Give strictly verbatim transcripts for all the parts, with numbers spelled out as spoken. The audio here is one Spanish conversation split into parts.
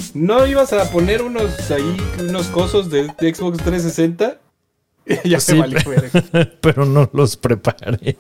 ¿No ibas a poner unos ahí, unos cosos de, de Xbox trescientos sesenta? Ya Sí, me valí fuera. pero no los preparé.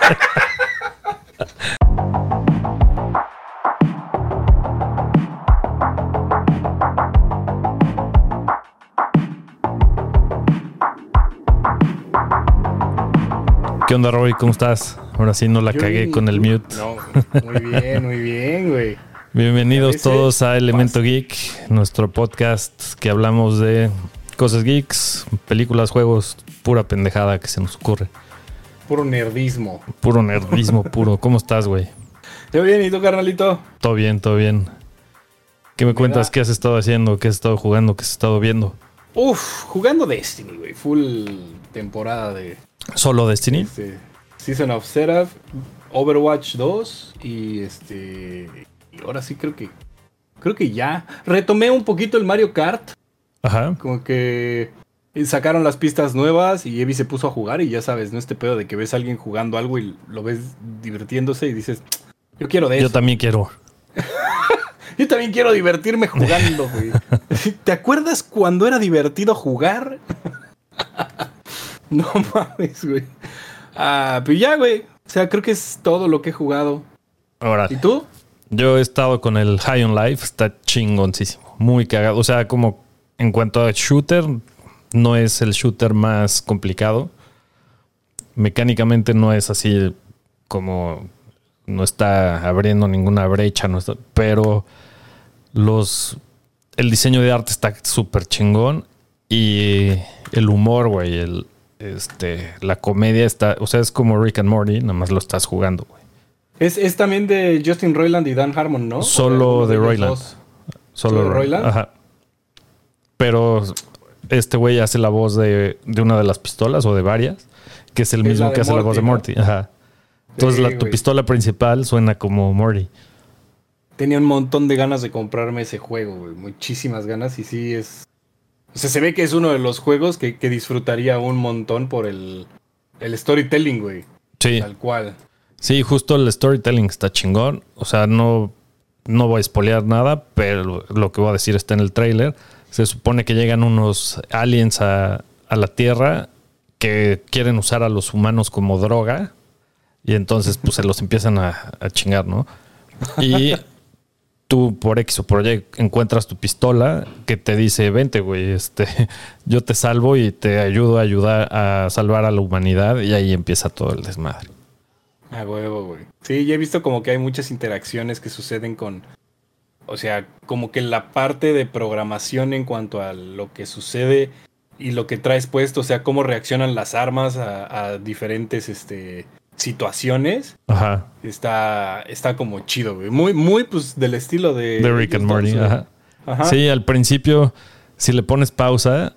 ¿Qué onda, Roy? ¿Cómo estás? Ahora sí no la Yo cagué bien, con ¿y el tú? mute. No, muy bien, muy bien, güey. Bienvenidos Parece todos a Elemento fácil. Geek, nuestro podcast que hablamos de cosas geeks, películas, juegos, pura pendejada que se nos ocurre. Puro nerdismo. Puro nerdismo puro. ¿Cómo estás, güey? Yo bien, ¿y tú, carnalito? Todo bien, todo bien. ¿Qué me Me cuentas? da- ¿Qué has estado haciendo? ¿Qué has estado jugando? ¿Qué has estado viendo? Uf, jugando Destiny, güey. Full temporada de ¿Solo Destiny? este, Season of Seraph, Overwatch dos y este... Y ahora sí creo que... Creo que ya. Retomé un poquito el Mario Kart. Ajá. Como que sacaron las pistas nuevas y Evi se puso a jugar y ya sabes, ¿no? Este pedo de que ves a alguien jugando algo y lo ves divirtiéndose y dices, yo quiero de eso. Yo también quiero. Yo también quiero divertirme jugando, güey. ¿Te acuerdas cuando era divertido jugar? No mames, güey. Ah, pero ya, güey. O sea, creo que es todo lo que he jugado. Ahora, ¿Y tú? yo he estado con el High on Life. Está chingoncísimo. Muy cagado. O sea, como en cuanto a shooter, no es el shooter más complicado. Mecánicamente no es así como... No está abriendo ninguna brecha. No está, pero los... El diseño de arte está súper chingón. Y el humor, güey. El, este, la comedia está... O sea, es como Rick and Morty. Nada más lo estás jugando, güey. Es, es también de Justin Roiland y Dan Harmon, ¿no? Solo O de alguno ellos Roiland. dos. Solo ¿Solo de Roy- Roiland? Ajá. Pero este güey hace la voz de, de una de las pistolas o de varias, que es el Es mismo la de que hace la voz de Morty, Morty. Ajá. Entonces Sí, la, tu güey. pistola principal suena como Morty. Tenía un montón de ganas de comprarme ese juego, güey. Muchísimas ganas y sí es... O sea, se ve que es uno de los juegos que, que disfrutaría un montón por el, el storytelling, güey. Sí, Tal cual. sí, justo el storytelling está chingón. O sea, no, no voy a spoilear nada, pero lo, lo que voy a decir está en el tráiler. Se supone que llegan unos aliens a, a la Tierra que quieren usar a los humanos como droga. Y entonces pues se los empiezan a, a chingar, ¿no? Y tú por X o por Y encuentras tu pistola que te dice, vente, güey, este, yo te salvo y te ayudo a ayudar a salvar a la humanidad. Y ahí empieza todo el desmadre. A huevo, güey. Sí, ya he visto como que hay muchas interacciones que suceden con... O sea, como que la parte de programación en cuanto a lo que sucede y lo que traes puesto, o sea, cómo reaccionan las armas a, a diferentes este, situaciones, Ajá. está, está como chido, güey. Muy, muy, pues, del estilo de... De Rick and ellos Morty, dos, güey. ajá. Ajá. Sí, al principio, si le pones pausa,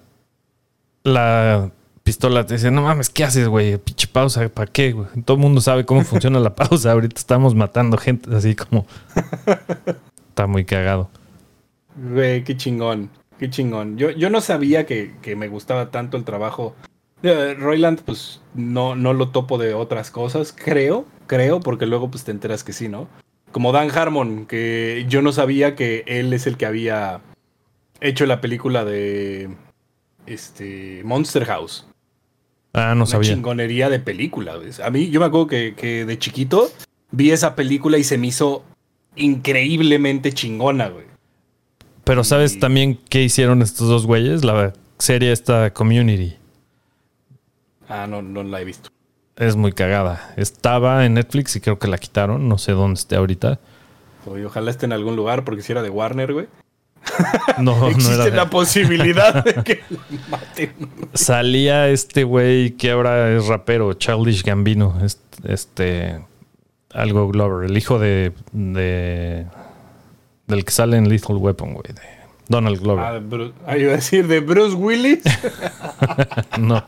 la pistola te dice, no mames, ¿qué haces, güey? Pinche pausa, ¿para qué, güey? Todo el mundo sabe cómo funciona la pausa. Ahorita estamos matando gente así como... Está muy cagado. Güey, qué chingón, qué chingón. Yo, yo no sabía que, que me gustaba tanto el trabajo. Eh, Roiland, pues no, no lo topo de otras cosas, creo, creo, porque luego pues te enteras que sí, ¿no? Como Dan Harmon, que yo no sabía que él es el que había hecho la película de este Monster House. Ah, no Una sabía. chingonería de película, güey. A mí, yo me acuerdo que, que de chiquito vi esa película y se me hizo increíblemente chingona, güey. Pero ¿sabes Y- también qué hicieron estos dos güeyes? La serie esta Community. Ah, no, no la he visto. Es muy cagada. Estaba en Netflix y creo que la quitaron. No sé dónde esté ahorita. Oye, ojalá esté en algún lugar, porque si era de Warner, güey. No, no Existe era de- la posibilidad de que la maten. Salía este güey que ahora es rapero, Childish Gambino. Este, este algo Glover, el hijo de, de del que sale en Lethal Weapon, güey, de Donald Glover. Ah, de Bruce, ah, iba a decir de Bruce Willis. No.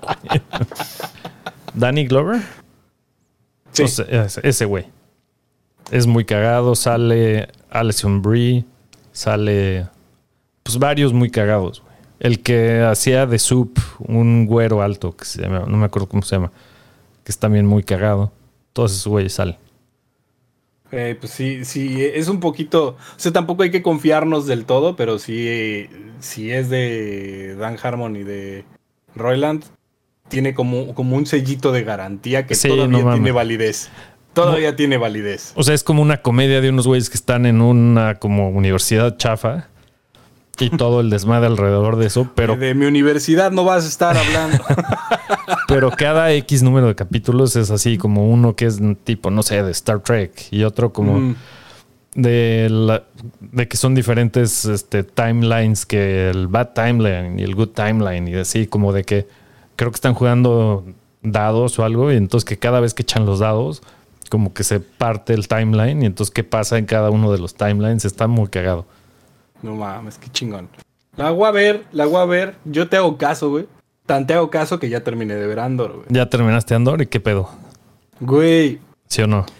Danny Glover. Sí. O sea, ese- ese güey. Es muy cagado. Sale Alison Brie. Sale pues varios muy cagados, güey. El que hacía de Soup, un güero alto que se llama, no me acuerdo cómo se llama, que es también muy cagado. Todos esos güeyes salen. Eh, pues sí, sí, es un poquito. O sea, tampoco hay que confiarnos del todo, pero sí, sí es de Dan Harmon y de Roiland. Tiene como, como un sellito de garantía que Sí, no todavía tiene mames. validez. Mo- Todavía tiene validez. O sea, es como una comedia de unos güeyes que están en una como universidad chafa y todo el desmadre alrededor de eso, pero, De mi universidad no vas a estar hablando. pero cada X número de capítulos es así como uno que es tipo, no sé, de Star Trek y otro como Mm, de, la- de que son diferentes este, timelines, que el bad timeline y el good timeline y así como de que creo que están jugando dados o algo y entonces que cada vez que echan los dados como que se parte el timeline y entonces qué pasa en cada uno de los timelines está muy cagado. no mames, qué chingón. La voy a ver, la voy a ver. Yo te hago caso, güey. Tan te hago caso que ya terminé de ver Andor, güey. ¿Ya terminaste Andor y qué pedo? Güey, ¿Sí o no?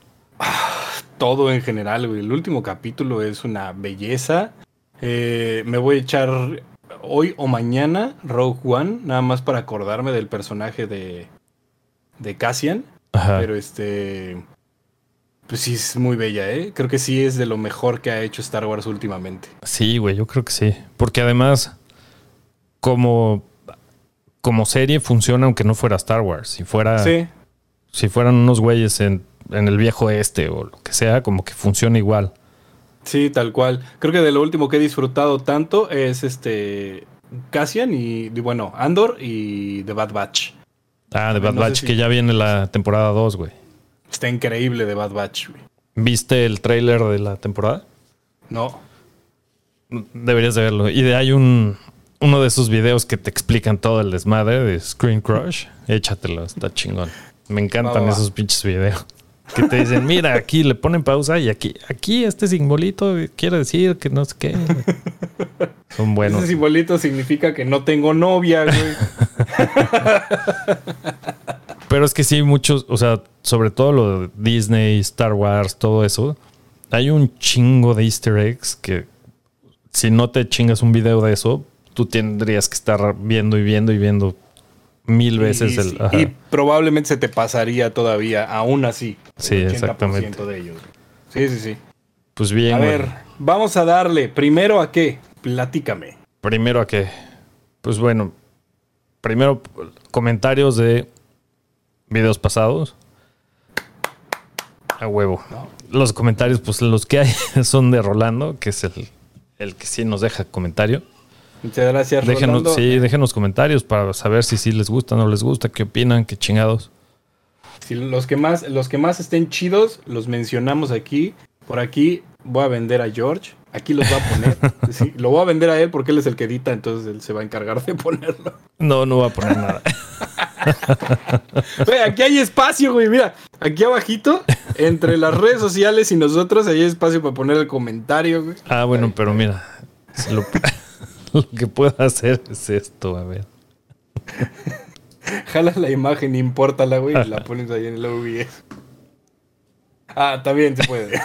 todo en general, güey. El último capítulo es una belleza. Eh, me voy a echar hoy o mañana Rogue One, nada más para acordarme del personaje de, de Cassian. Ajá. Pero este, pues sí es muy bella, ¿eh? Creo que sí es de lo mejor que ha hecho Star Wars últimamente. Sí, güey, yo creo que sí. Porque además, como, como serie funciona aunque no fuera Star Wars. Si fuera, Sí, si fueran unos güeyes en, en el viejo este o lo que sea, como que funciona igual. sí, tal cual. Creo que de lo último que he disfrutado tanto es este Cassian y, y bueno, Andor y The Bad Batch. Ah, de Bad No sé Batch, si- que ya viene la temporada dos, güey. Está increíble The Bad Batch, güey. ¿Viste el tráiler de la temporada? No. Deberías de verlo. Y de hay un uno de esos videos que te explican todo el desmadre de Screen Crush. Échatelo, está chingón. Me encantan Va, va, va. esos pinches videos. Que te dicen, mira, aquí le ponen pausa y aquí, aquí este simbolito quiere decir que no sé qué. Son buenos. Ese simbolito significa que no tengo novia, güey. Pero es que sí, muchos, o sea, sobre todo lo de Disney, Star Wars, todo eso. Hay un chingo de Easter eggs que si no te chingas un video de eso, tú tendrías que estar viendo y viendo y viendo mil veces y, el... sí, ajá. y probablemente se te pasaría todavía, aún así. el Sí, ochenta por ciento exactamente. de ellos. Güey. Sí, sí, sí. Pues bien, A güey. ver, vamos a darle. Primero a qué? Platícame. Primero a qué. Pues bueno, primero comentarios de videos pasados. A huevo. No. Los comentarios, pues los que hay son de Rolando, que es el, el que sí nos deja comentario. Muchas gracias, Déjenos, Rolando. sí, déjenos comentarios para saber si sí les gusta, no les gusta, qué opinan, qué chingados. Si los que más, los que más estén chidos, los mencionamos aquí. Por aquí voy a vender a George. Aquí los va a poner. Sí, lo voy a vender a él porque él es el que edita, entonces él se va a encargar de ponerlo. No, no va a poner nada. Güey, aquí hay espacio, güey. Mira, aquí abajito, entre las redes sociales y nosotros, ahí hay espacio para poner el comentario, güey. Ah, bueno, pero mira, si lo, lo que puedo hacer es esto, a ver. Jalas la imagen, impórtala, güey, y la pones ahí en el O B S. Ah, también se puede.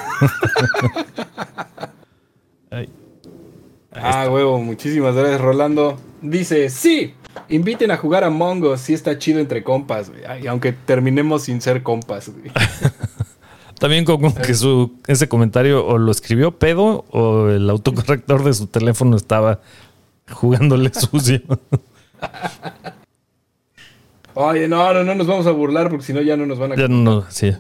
Ay. Ahí Ah, está. huevo, muchísimas gracias, Rolando. Dice, sí, inviten a jugar a Among Us, sí está chido entre compas, güey. Ay, aunque terminemos sin ser compas, güey. También como que su, ese comentario o lo escribió pedo o el autocorrector de su teléfono estaba jugándole sucio. Oye, no, no, no nos vamos a burlar porque si no ya no nos van a... Ya no, sí.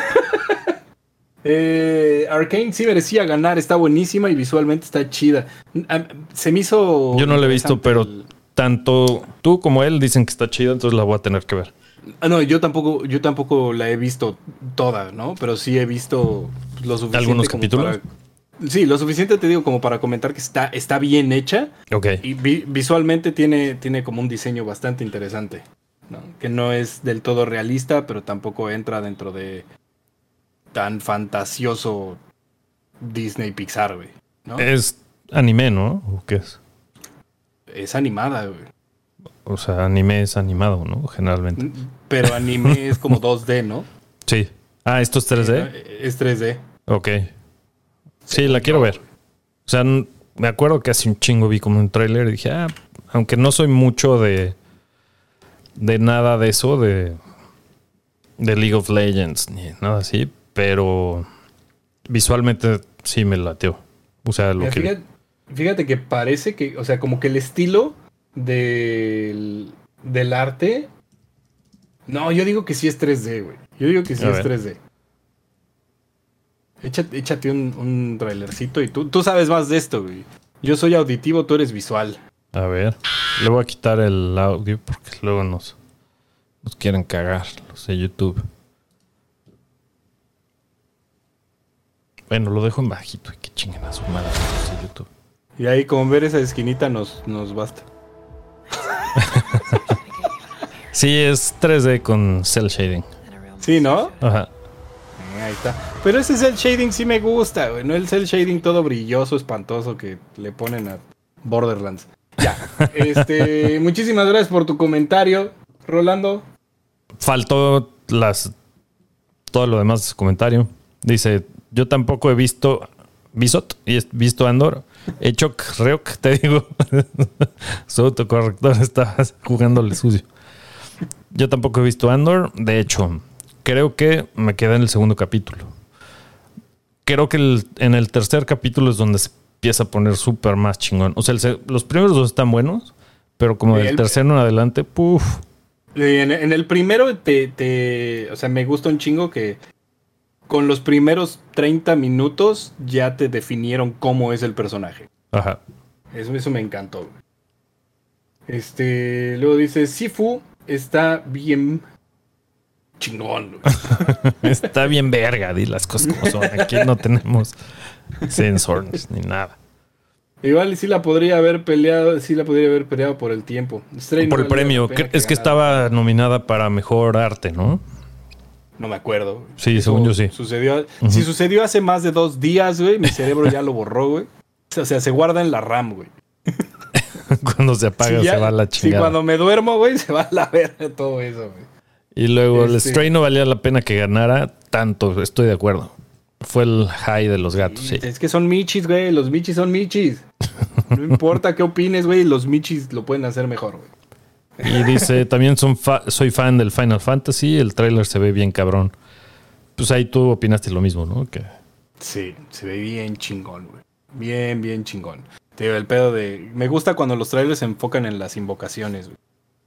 Eh, Arcane sí merecía ganar, está buenísima y visualmente está chida. Ah, se me hizo... Yo no la he visto, interesante pero el- tanto tú como él dicen que está chida, entonces la voy a tener que ver. Ah, no, yo tampoco, yo tampoco la he visto toda, ¿no? Pero sí he visto lo suficiente. ¿Algunos como capítulos? para- Sí, lo suficiente te digo como para comentar que está, está bien hecha Ok. y vi- visualmente tiene, tiene como un diseño bastante interesante, ¿no? Que no es del todo realista, pero tampoco entra dentro de tan fantasioso Disney Pixar, güey, ¿no? Es anime, ¿no? ¿O qué es? Es animada, güey. O sea, anime es animado, ¿no? Generalmente. Pero anime es como dos D, ¿no? Sí. Ah, ¿esto es tres D? Es tres D. Ok. Sí, la quiero ver. O sea, n- me acuerdo que hace un chingo vi como un tráiler y dije, ah, aunque no soy mucho de de nada de eso, de, de League of Legends, ni nada así, pero visualmente sí me lateó. O sea, lo Mira, que vi. fíjate, fíjate que parece que, o sea, como que el estilo del, del arte. No, yo digo que sí es tres D, güey. Yo digo que sí A es ver. tres D. Échate, échate un, un trailercito y tú, tú sabes más de esto, güey. Yo soy auditivo, tú eres visual. A ver. Le voy a quitar el audio porque luego nos, nos quieren cagar los de YouTube. Bueno, lo dejo en bajito y que chinguen a su madre los de YouTube. Y ahí con ver esa esquinita nos, nos basta. Sí, es tres D con cel shading. Sí, ¿no? Ajá. Eh, Ahí está. Pero ese cel shading sí me gusta, güey. No el cel shading todo brilloso, espantoso que le ponen a Borderlands. Ya. Este, muchísimas gracias por tu comentario, Rolando. Faltó las todo lo demás de su comentario. Dice, yo tampoco he visto Visot y he visto Andor. He hecho Reok, te digo. Su autocorrector estaba jugándole sucio. Yo tampoco he visto Andor. De hecho, creo que me quedé en el segundo capítulo. Creo que el, en el tercer capítulo es donde se empieza a poner súper más chingón. O sea, el, los primeros dos están buenos, pero como del El- tercero en adelante, puf. En, en el primero te, te. O sea, me gusta un chingo que con los primeros treinta minutos ya te definieron cómo es el personaje. Ajá. Eso, eso me encantó, güey. Este. Luego dice: Sifu está bien chingón, güey. Está bien verga, di las cosas como son. Aquí no tenemos sensors ni nada. Igual sí la podría haber peleado, sí la podría haber peleado por el tiempo. Stray Por no el valía premio. la pena Es que ganara. estaba nominada para mejor arte, ¿no? No me acuerdo. Sí, Eso según yo sí. Sucedió, Ujú. Si sucedió hace más de dos días, güey, mi cerebro ya lo borró, güey. O sea, se guarda en la RAM, güey. Cuando se apaga Sí, ya- se va a la sí, chingada. cuando me duermo, güey, se va a la verga todo eso, güey. Y luego el Este- Stray no valía la pena que ganara tanto, estoy de acuerdo. Fue el high de los gatos, sí. Es que son michis, güey. Los michis son michis. No importa qué opines, güey. Los michis lo pueden hacer mejor, güey. Y dice, también son fa- soy fan del Final Fantasy, el tráiler se ve bien cabrón. Pues ahí tú opinaste lo mismo, ¿no? Que Sí, se ve bien chingón, güey. Bien, bien chingón. Te digo, el pedo de... Me gusta cuando los trailers se enfocan en las invocaciones, güey.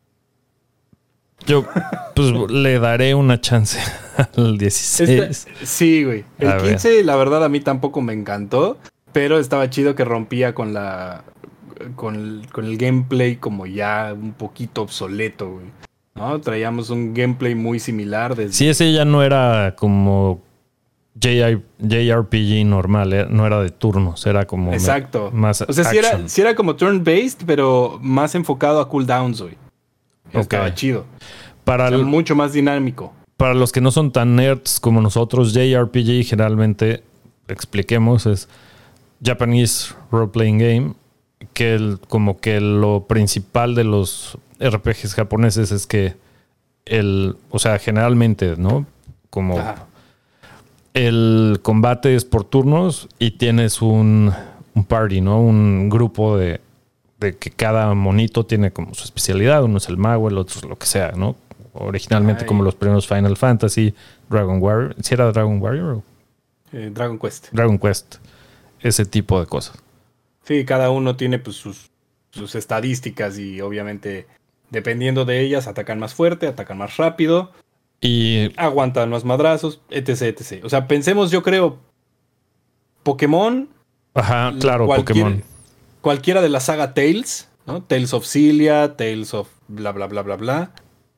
yo pues le daré una chance al dieciséis. Esta- sí, güey. El A ver. quince, la verdad, a mí tampoco me encantó. Pero estaba chido que rompía con la... Con el, con el gameplay como ya un poquito obsoleto, güey. ¿No? Traíamos un gameplay muy similar desde... Sí, ese ya no era como J R P G normal, eh, no era de turnos, era como Exacto. más O sea, sí era, action. sí era como turn-based, pero más enfocado a cooldowns, güey. Estaba Ok. chido. Para O sea, el- mucho más dinámico. Para los que no son tan nerds como nosotros, J R P G generalmente, expliquemos, es Japanese Role Playing Game, que el- como que lo principal de los R P Gs japoneses es que el, o sea, generalmente, ¿no? Como Ajá. el combate es por turnos y tienes un, un party, ¿no? Un grupo de, de que cada monito tiene como su especialidad. Uno es el mago, el otro es lo que sea, ¿no? Originalmente Ay. como los primeros Final Fantasy, Dragon Warrior. ¿Sí era Dragon Warrior o Eh, Dragon Quest. Dragon Quest? Ese tipo de cosas. Sí, cada uno tiene pues sus, sus estadísticas y obviamente dependiendo de ellas atacan más fuerte, atacan más rápido, Y aguantan más madrazos, etc, etcétera. O sea, pensemos, yo creo, Pokémon, ajá, claro, cualquier- Pokémon. cualquiera de la saga Tales, ¿no? Tales of Cilia, Tales of bla bla bla bla bla.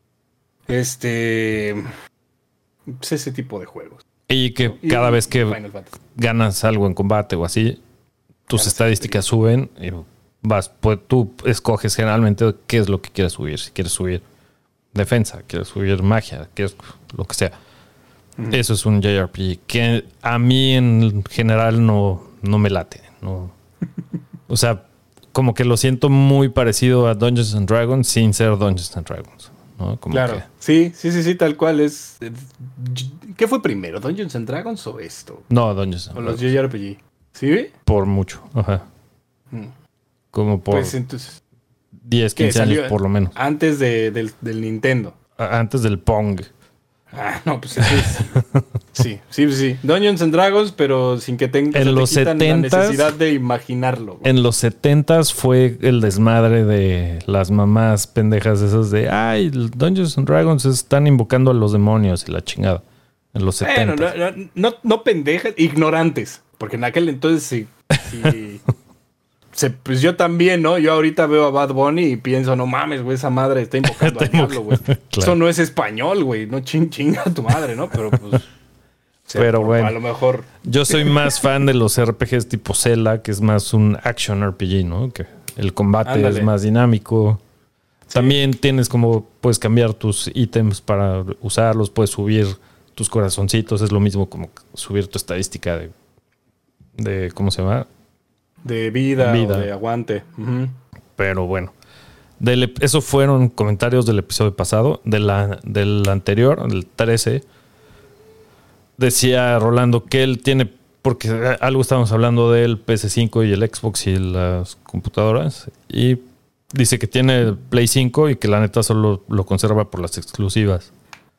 Este, pues ese tipo de juegos. Y que Y- cada vez que Final Fantasy. ganas algo en combate o así, tus Ganas estadísticas suben y vas, pues tú escoges generalmente qué es lo que quieres subir. Si quieres subir defensa, quieres subir magia, quieres lo que sea. Ujú. Eso es un J R P G que a mí en general no, no me late. No. O sea, como que lo siento muy parecido a Dungeons and Dragons sin ser Dungeons and Dragons, ¿no? Como Claro, que- sí, sí, sí, sí, tal cual es. eh, ¿Qué fue primero, Dungeons and Dragons o esto? no, Dungeons and O los Dragons. J R P G. ¿Sí? Por mucho. Ajá. Mm. Como por Pues entonces, diez, ¿qué quince años salió? por lo menos. Antes de- del, del Nintendo. A- Antes del Pong. Ah, no, pues eso es. Sí, sí, sí. Dungeons and Dragons, pero sin que tengas En los la setentas, necesidad de imaginarlo. En los setentas fue el desmadre de las mamás pendejas esas de ay, Dungeons and Dragons están invocando a los demonios y la chingada. En los Bueno, setentas. no, no, no pendejas, ignorantes. Porque en aquel entonces sí. sí se, pues yo también, ¿no? Yo ahorita veo a Bad Bunny y pienso, no mames, güey, esa madre está invocando al diablo, güey. Claro. Eso no es español, güey. No ching, chinga tu madre, ¿no? Pero pues. O sea, pero bueno, a lo mejor. Yo soy más fan de los R P Gs tipo Zelda, que es más un action R P G, ¿no? Que el combate Ándale. es más dinámico. Sí. También tienes como, puedes cambiar tus ítems para usarlos, puedes subir tus corazoncitos, es lo mismo como subir tu estadística de, de ¿cómo se llama? De vida, vida. O de aguante. Uh-huh. Pero bueno, del, eso fueron comentarios del episodio pasado, de la, del anterior, del trece. Decía Rolando que él tiene, porque algo estábamos hablando del P S cinco y el Xbox y las computadoras, y dice que tiene el Play cinco y que la neta solo lo conserva por las exclusivas.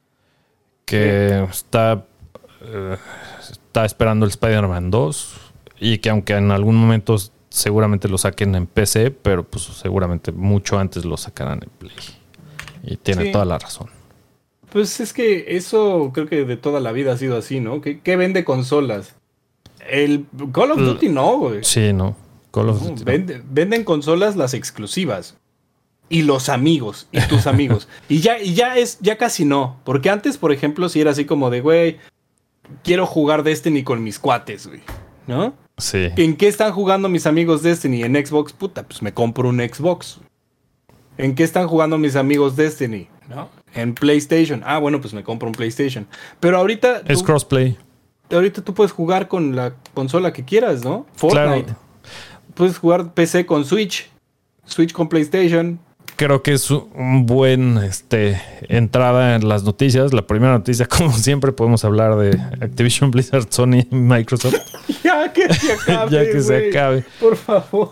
Que sí. está, eh, está esperando el Spider-Man dos y que aunque en algún momento seguramente lo saquen en P C, pero pues seguramente mucho antes lo sacarán en Play. Y tiene sí. toda la razón. Pues es que eso creo que de toda la vida ha sido así, ¿no? ¿Qué, qué vende consolas? El Call of Duty no, güey. Sí, no. Call of no, Duty vende, no. Venden consolas las exclusivas. Y los amigos. Y tus amigos. Y ya, y ya es, ya casi no. Porque antes, por ejemplo, si era así como de, güey, quiero jugar Destiny con mis cuates, güey. ¿No? Sí. ¿En qué están jugando mis amigos Destiny? En Xbox, puta, pues me compro un Xbox. ¿En qué están jugando mis amigos Destiny? ¿No? En PlayStation. Ah, bueno, pues me compro un PlayStation. Pero ahorita... Es tú, crossplay. Ahorita tú puedes jugar con la consola que quieras, ¿no? Fortnite. Claro. Puedes jugar P C con Switch. Switch con PlayStation. Creo que es un buen este, entrada en las noticias. La primera noticia, como siempre, podemos hablar de Activision Blizzard, Sony y Microsoft. Ya que se acabe. ya que wey, se acabe. Por favor.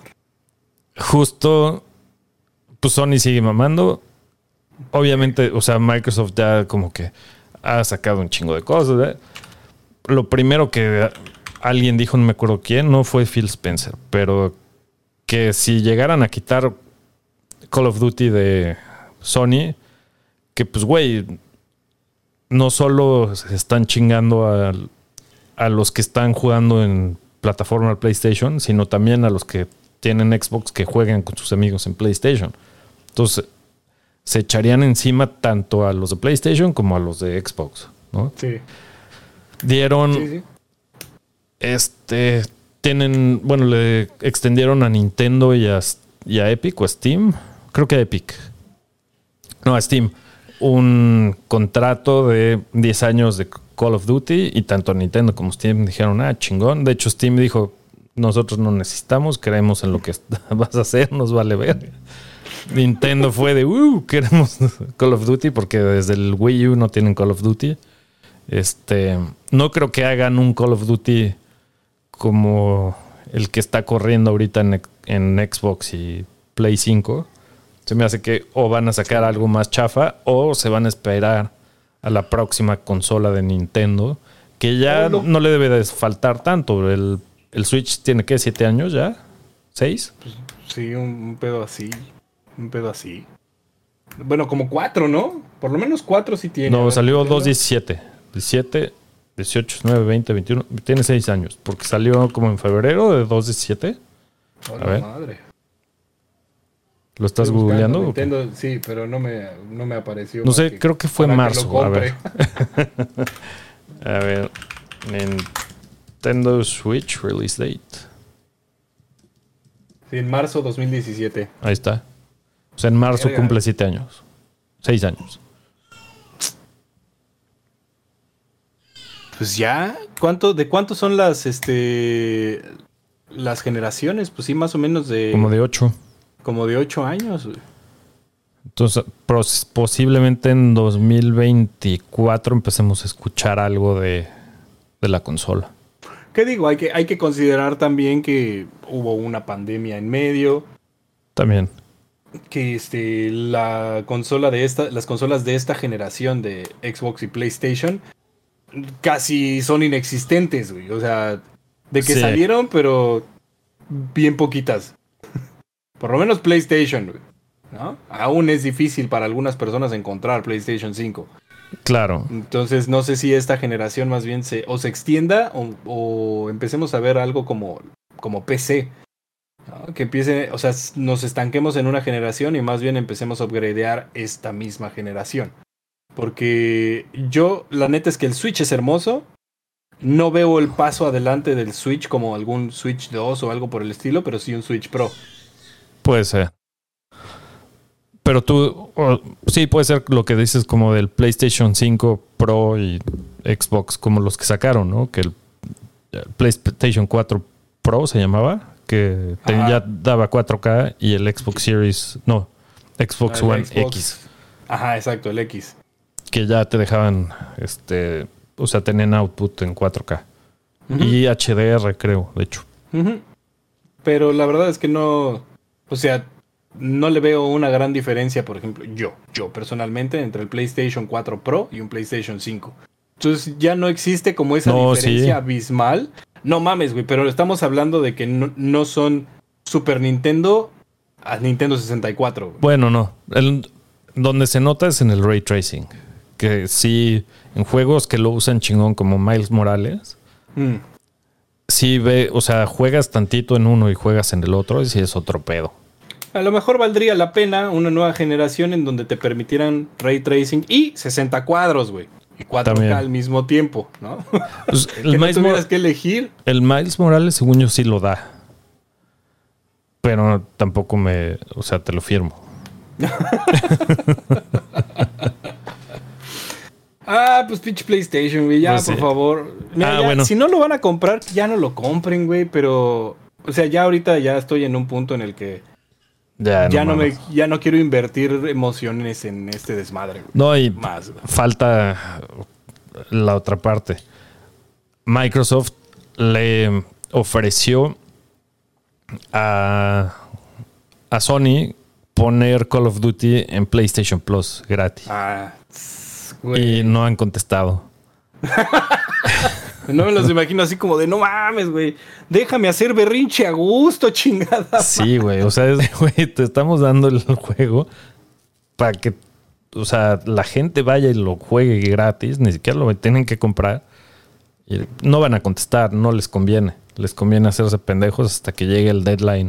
Justo, pues Sony sigue mamando. Obviamente, o sea, Microsoft ya como que ha sacado un chingo de cosas. ¿eh? Lo primero que alguien dijo, no me acuerdo quién, no fue Phil Spencer, pero que si llegaran a quitar Call of Duty de Sony, que pues, güey, no solo se están chingando a, a los que están jugando en plataforma PlayStation, sino también a los que tienen Xbox que juegan con sus amigos en PlayStation. Entonces, se echarían encima tanto a los de PlayStation como a los de Xbox, ¿no? Sí. Dieron... Sí, sí. Este... Tienen... Bueno, le extendieron a Nintendo y a, y a Epic o a Steam. Creo que a Epic. No, a Steam. Un contrato de diez años de Call of Duty y tanto Nintendo como Steam dijeron, ah, chingón. De hecho, Steam dijo, nosotros no necesitamos, creemos en lo que vas a hacer, nos vale ver. Nintendo fue de, uh, queremos Call of Duty porque desde el Wii U no tienen Call of Duty. Este, no creo que hagan un Call of Duty como el que está corriendo ahorita en, en Xbox y Play cinco. Se me hace que o van a sacar algo más chafa o se van a esperar a la próxima consola de Nintendo, que ya no, no le debe de faltar tanto. El, el Switch tiene, ¿qué? ¿Siete años ya? ¿Seis? Pues, sí, un, un pedo así. Un pedo así. Bueno, como cuatro, ¿no? Por lo menos cuatro sí tiene. No, ver, salió dos diecisiete. diecisiete, dieciocho, diecinueve, veinte, veintiuno. Tiene seis años. Porque salió como en febrero de dos diecisiete. Oh, a ver. Madre. ¿Lo estás googleando? Nintendo, sí, pero no me, no me apareció. No sé, que, creo que fue en marzo. Que a ver. A ver. Nintendo Switch release date. Sí, en marzo dos mil diecisiete. Ahí está. O sea, en marzo Verga. Cumple siete años. Seis años. Pues ya. ¿Cuánto, ¿De cuántos son las este las generaciones? Pues sí, más o menos de. Como de ocho. Como de ocho años. Entonces, posiblemente en dos mil veinticuatro empecemos a escuchar algo de, de la consola. ¿Qué digo? Hay que, hay que considerar también que hubo una pandemia en medio. También. Que este, la consola de esta, las consolas de esta generación de Xbox y PlayStation casi son inexistentes, güey. O sea, de que Sí. salieron, pero bien poquitas. Por lo menos PlayStation, güey, ¿no? Aún es difícil para algunas personas encontrar PlayStation cinco. Claro. Entonces no sé si esta generación más bien se o se extienda o, o empecemos a ver algo como, como P C, ¿no? Que empiece, o sea, nos estanquemos en una generación y más bien empecemos a upgradear esta misma generación. Porque yo, la neta es que el Switch es hermoso. No veo el paso adelante del Switch como algún Switch dos o algo por el estilo, pero sí un Switch Pro. Puede ser. Pero tú, o- sí, puede ser lo que dices como del PlayStation cinco Pro y Xbox, como los que sacaron, ¿no? Que el, el PlayStation cuatro Pro se llamaba, que te- Ajá. ya daba cuatro K y el Xbox Series, no, Xbox El One Xbox- X, Ajá, exacto, el X. que ya te dejaban, este, o sea, tenían output en cuatro K. Ujú. Y H D R, creo, de hecho. Ujú. Pero la verdad es que no, o sea, no le veo una gran diferencia, por ejemplo, yo, yo personalmente, entre el PlayStation cuatro Pro y un PlayStation cinco. Entonces ya no existe como esa No, diferencia sí. abismal. No mames, güey, pero estamos hablando de que no, no son Super Nintendo a Nintendo sesenta y cuatro. Güey. Bueno, no. El, donde se nota es en el ray tracing. Que sí, en juegos que lo usan chingón como Miles Morales, Mm. sí ve, o sea, juegas tantito en uno y juegas en el otro, y sí es otro pedo. A lo mejor valdría la pena una nueva generación en donde te permitieran ray tracing y sesenta cuadros, güey. Y cuatro K También. al mismo tiempo, ¿no? Pues, que el, no Miles Mo- tuvieras que elegir. el Miles Morales, según yo, sí lo da. Pero tampoco me, o sea, te lo firmo. Ah, pues pinche PlayStation, güey. Ya, Pues por sí. favor. Mira, Ah, ya, bueno. si no lo van a comprar, ya no lo compren, güey. Pero, o sea, ya ahorita ya estoy en un punto en el que Ya, ya no, me, mames. ya no quiero invertir emociones en este desmadre, güey. No, y Más, güey. falta la otra parte. Microsoft le ofreció a, a Sony poner Call of Duty en PlayStation Plus gratis. Ah, tss, güey. Y no han contestado. No me los imagino así como de no mames, güey. Déjame hacer berrinche a gusto, chingada. Sí, güey. O sea, es- güey, te estamos dando el juego para que, o sea, la gente vaya y lo juegue gratis. Ni siquiera lo tienen que comprar. Y no van a contestar, no les conviene. Les conviene hacerse pendejos hasta que llegue el deadline.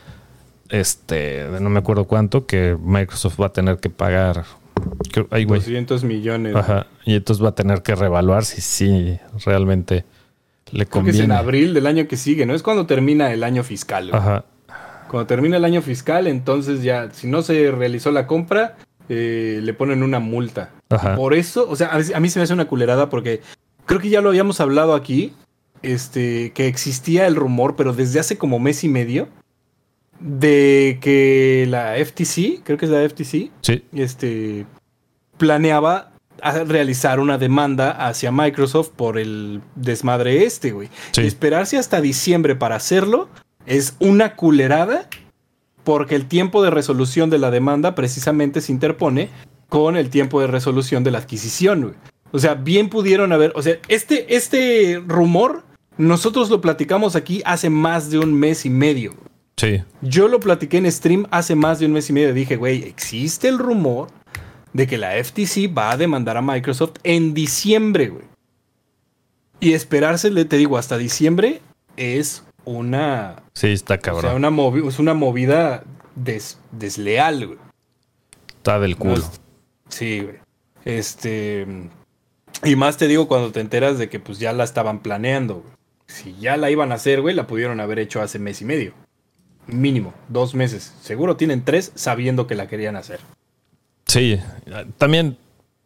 Este, de no me acuerdo cuánto, que Microsoft va a tener que pagar. creo- Ay, güey. doscientos millones. Ajá. Y entonces va a tener que reevaluar si sí realmente le Creo que es en conviene. abril del año que sigue, ¿no? Es cuando termina el año fiscal, güey. Ajá. Cuando termina el año fiscal, entonces ya, si no se realizó la compra, eh, le ponen una multa. Ajá. Por eso, o sea, a, a mí se me hace una culerada porque creo que ya lo habíamos hablado aquí, este, que existía el rumor, pero desde hace como mes y medio, de que la F T C, creo que es la F T C, Sí. este, planeaba a realizar una demanda hacia Microsoft por el desmadre este, güey. Sí. Y esperarse hasta diciembre para hacerlo es una culerada porque el tiempo de resolución de la demanda precisamente se interpone con el tiempo de resolución de la adquisición, güey. O sea, bien pudieron haber, o sea, este, este rumor nosotros lo platicamos aquí hace más de un mes y medio. Sí. Yo lo platiqué en stream hace más de un mes y medio. Dije, güey, existe el rumor de que la F T C va a demandar a Microsoft en diciembre, güey. Y esperársele, te digo, hasta diciembre es una... Sí, está O cabrón. sea, una movi- es una movida des- desleal, güey. Está del culo. No, sí, güey. Este... Y más te digo cuando te enteras de que pues ya la estaban planeando, güey. Si ya la iban a hacer, güey, la pudieron haber hecho hace mes y medio. Mínimo, dos meses. Seguro tienen tres sabiendo que la querían hacer. Sí. También,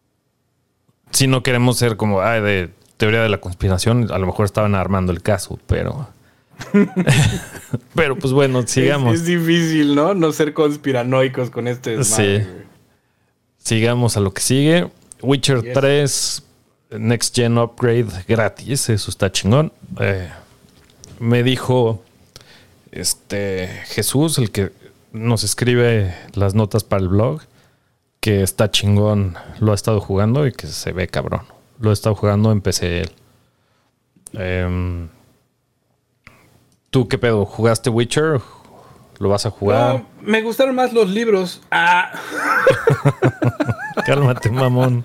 si no queremos ser como ay, de teoría de la conspiración, a lo mejor estaban armando el caso, pero. Pero pues bueno, sigamos. Es, es difícil, ¿no? No ser conspiranoicos con este desmadre, Sí. güey. Sigamos a lo que sigue. Witcher Yes. tres Next Gen Upgrade gratis. Eso está chingón. Eh, me dijo este Jesús, el que nos escribe las notas para el blog, que está chingón, lo ha estado jugando y que se ve cabrón. Lo he estado jugando en P C. Eh, ¿Tú qué pedo? ¿Jugaste Witcher? ¿Lo vas a jugar? No, me gustaron más los libros. Ah. Cálmate, mamón.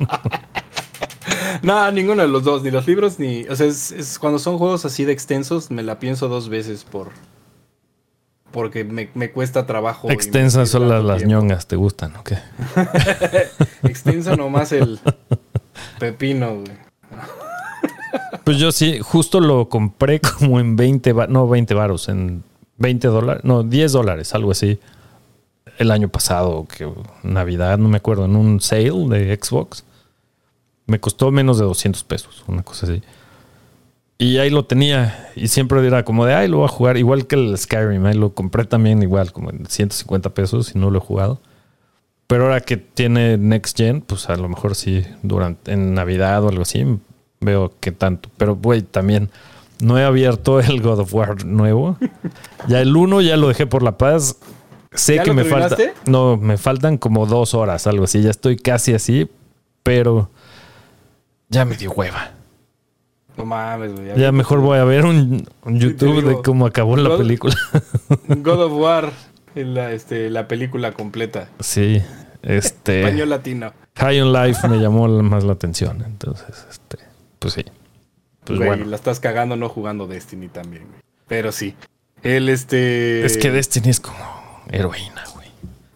No, ninguno de los dos, ni los libros, ni... O sea, es, es cuando son juegos así de extensos, me la pienso dos veces por... Porque me, me cuesta trabajo. Extensas son las, las ñongas, ¿te gustan o qué? Extenso nomás el pepino, güey. Pues yo sí, justo lo compré como en veinte, no veinte varos, en veinte dólares, no, diez dólares, algo así. El año pasado, que Navidad, no me acuerdo, en un sale de Xbox. Me costó menos de doscientos pesos, una cosa así. Y ahí lo tenía. Y siempre era como de, ay, lo voy a jugar. Igual que el Skyrim. Ahí lo compré también igual, como en ciento cincuenta pesos y no lo he jugado. Pero ahora que tiene Next Gen, pues a lo mejor sí, durante en Navidad o algo así, veo que tanto. Pero, güey, también no he abierto el God of War nuevo. Ya el uno ya lo dejé por la paz. Sé que me falta... No, me faltan como dos horas, algo así. Ya estoy casi así, pero ya me dio hueva. No mames, güey. Ya, ya mejor voy a ver un, un YouTube sí, digo, de cómo acabó la God, película. God of War, la, este, la película completa. Sí, este... Español latino. High on Life me llamó más la atención, entonces, este... Pues sí. Pues güey, bueno. La estás cagando no jugando Destiny también, güey. Pero sí. El, este... Es que Destiny es como heroína, güey.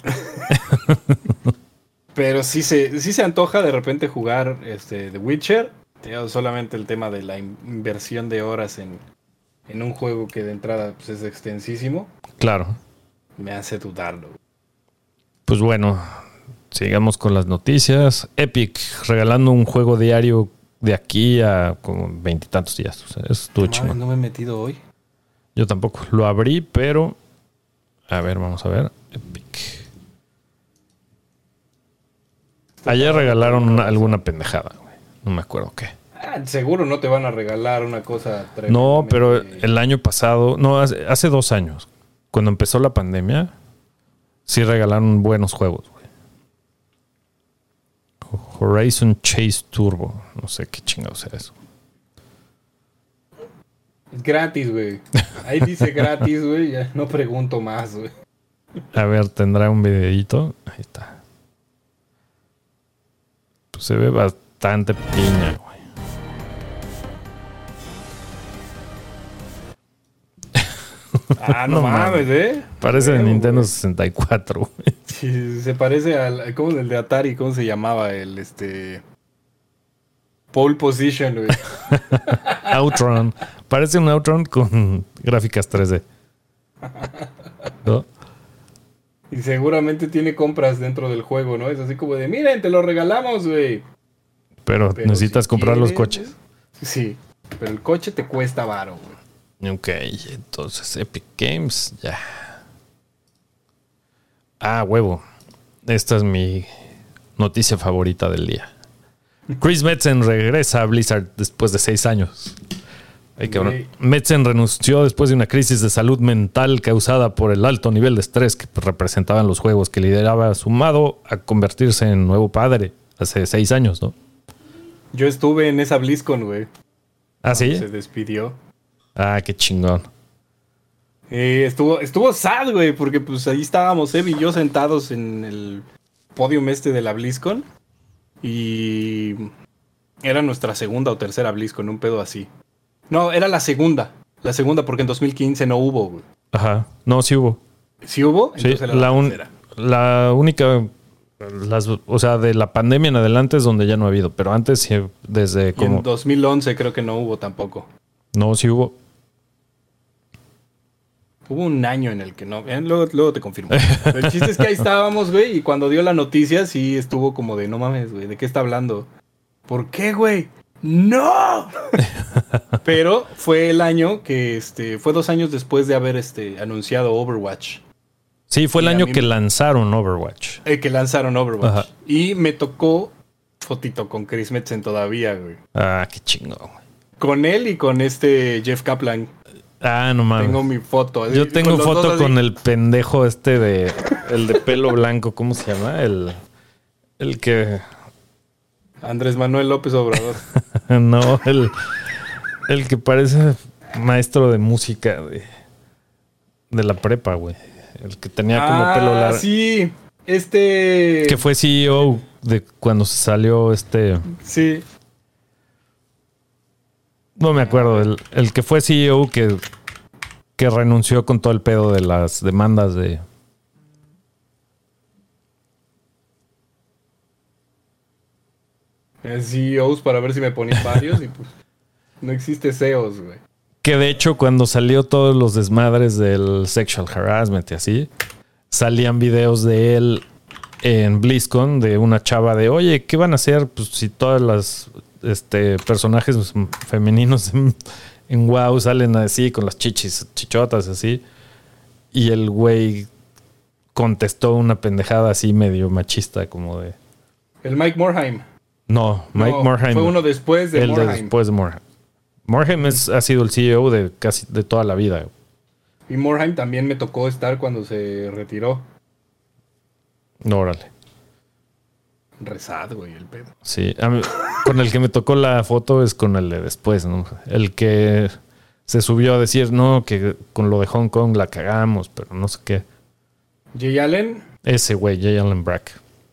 Pero sí se, sí se antoja de repente jugar este, The Witcher... Solamente el tema de la inversión de horas en, en un juego que de entrada pues, es extensísimo. Claro. Me hace dudarlo. Pues bueno, sigamos con las noticias. Epic regalando un juego diario de aquí a como veintitantos días. O sea, eso estuvo chido. No me he metido hoy. Yo tampoco. Lo abrí, pero... A ver, vamos a ver. Epic. Ayer regalaron una, alguna pendejada, güey. No me acuerdo qué. Ah, seguro no te van a regalar una cosa tremenda. No, pero el año pasado, no, hace, hace dos años, cuando empezó la pandemia, sí regalaron buenos juegos, güey. Horizon Chase Turbo. No sé qué chingado sea eso. Es gratis, güey. Ahí dice gratis, güey. Ya no pregunto más, güey. A ver, ¿tendrá un videíto? Ahí está. Pues se ve bastante. Bastante piña, güey. Ah, no, no mames, ¿eh? Parece de Nintendo sesenta y cuatro, güey. Sí, se parece al... ¿Cómo el de Atari? ¿Cómo se llamaba? El, este... Pole Position, güey. Outrun. Parece un Outrun con gráficas tres D. ¿No? Y seguramente tiene compras dentro del juego, ¿no? Es así como de, miren, te lo regalamos, güey. Pero, pero necesitas si comprar quieres, los coches. Sí, pero el coche te cuesta varo, güey. Ok, entonces Epic Games, ya. Ah, huevo. Esta es mi noticia favorita del día. Chris Metzen regresa a Blizzard después de seis años. Ay, cabrón. Okay. Metzen renunció después de una crisis de salud mental causada por el alto nivel de estrés que representaban los juegos que lideraba, sumado a convertirse en nuevo padre hace seis años, ¿no? Yo estuve en esa BlizzCon, güey. ¿Ah, sí? Se despidió. Ah, qué chingón. Eh, estuvo, estuvo sad, güey, porque pues ahí estábamos Ev y yo sentados en el podium este de la BlizzCon. Y era nuestra segunda o tercera BlizzCon, un pedo así. No, era la segunda. La segunda porque en dos mil quince no hubo, güey. Ajá. No, sí hubo. ¿Sí hubo? Entonces sí, era la, la, un, la única... Las, o sea, de la pandemia en adelante es donde ya no ha habido, pero antes sí, desde como... Y en dos mil once creo que no hubo tampoco. No, sí hubo. Hubo un año en el que no... Eh, luego, luego te confirmo. Pero el chiste es que ahí estábamos, güey, y cuando dio la noticia sí estuvo como de, no mames, güey, ¿de qué está hablando? ¿Por qué, güey? ¡No! Pero fue el año que, este, fue dos años después de haber este, anunciado Overwatch. Sí, fue el año que lanzaron Overwatch. El que lanzaron Overwatch. Ajá. Y me tocó fotito con Chris Metzen todavía, güey. Ah, qué chingón, güey. Con él y con este Jeff Kaplan. Ah, no mames. Tengo mi foto. Yo tengo con foto con el pendejo este de... El de pelo blanco, ¿cómo se llama? El... El que... Andrés Manuel López Obrador. No, el, el que parece maestro de música de, de la prepa, güey. El que tenía como ah, pelo largo. Sí, este... Que fue C E O de cuando se salió este... Sí. No me acuerdo. El, el que fue C E O que, que renunció con todo el pedo de las demandas de... C E Os para ver si me ponían varios y pues no existe C E Os, güey. Que de hecho cuando salió todos los desmadres del sexual harassment y así, salían videos de él en BlizzCon de una chava de, oye, ¿qué van a hacer pues, si todas las este, personajes femeninos en, en WoW salen así con las chichis, chichotas así? Y el güey contestó una pendejada así medio machista como de... El Mike Morhaime. No, Mike no, Morhaime. Fue uno después de el Morhaime. de después de Morhaime. Morhaime es, ha sido el C E O de casi de toda la vida. Y Morhaime también me tocó estar cuando se retiró. No, órale. Rezad, güey, el pedo. Sí, a mí, con el que me tocó la foto es con el de después, ¿no? El que se subió a decir, no, que con lo de Hong Kong la cagamos, pero no sé qué. Jay Allen. Ese güey, Jay Allen Brack.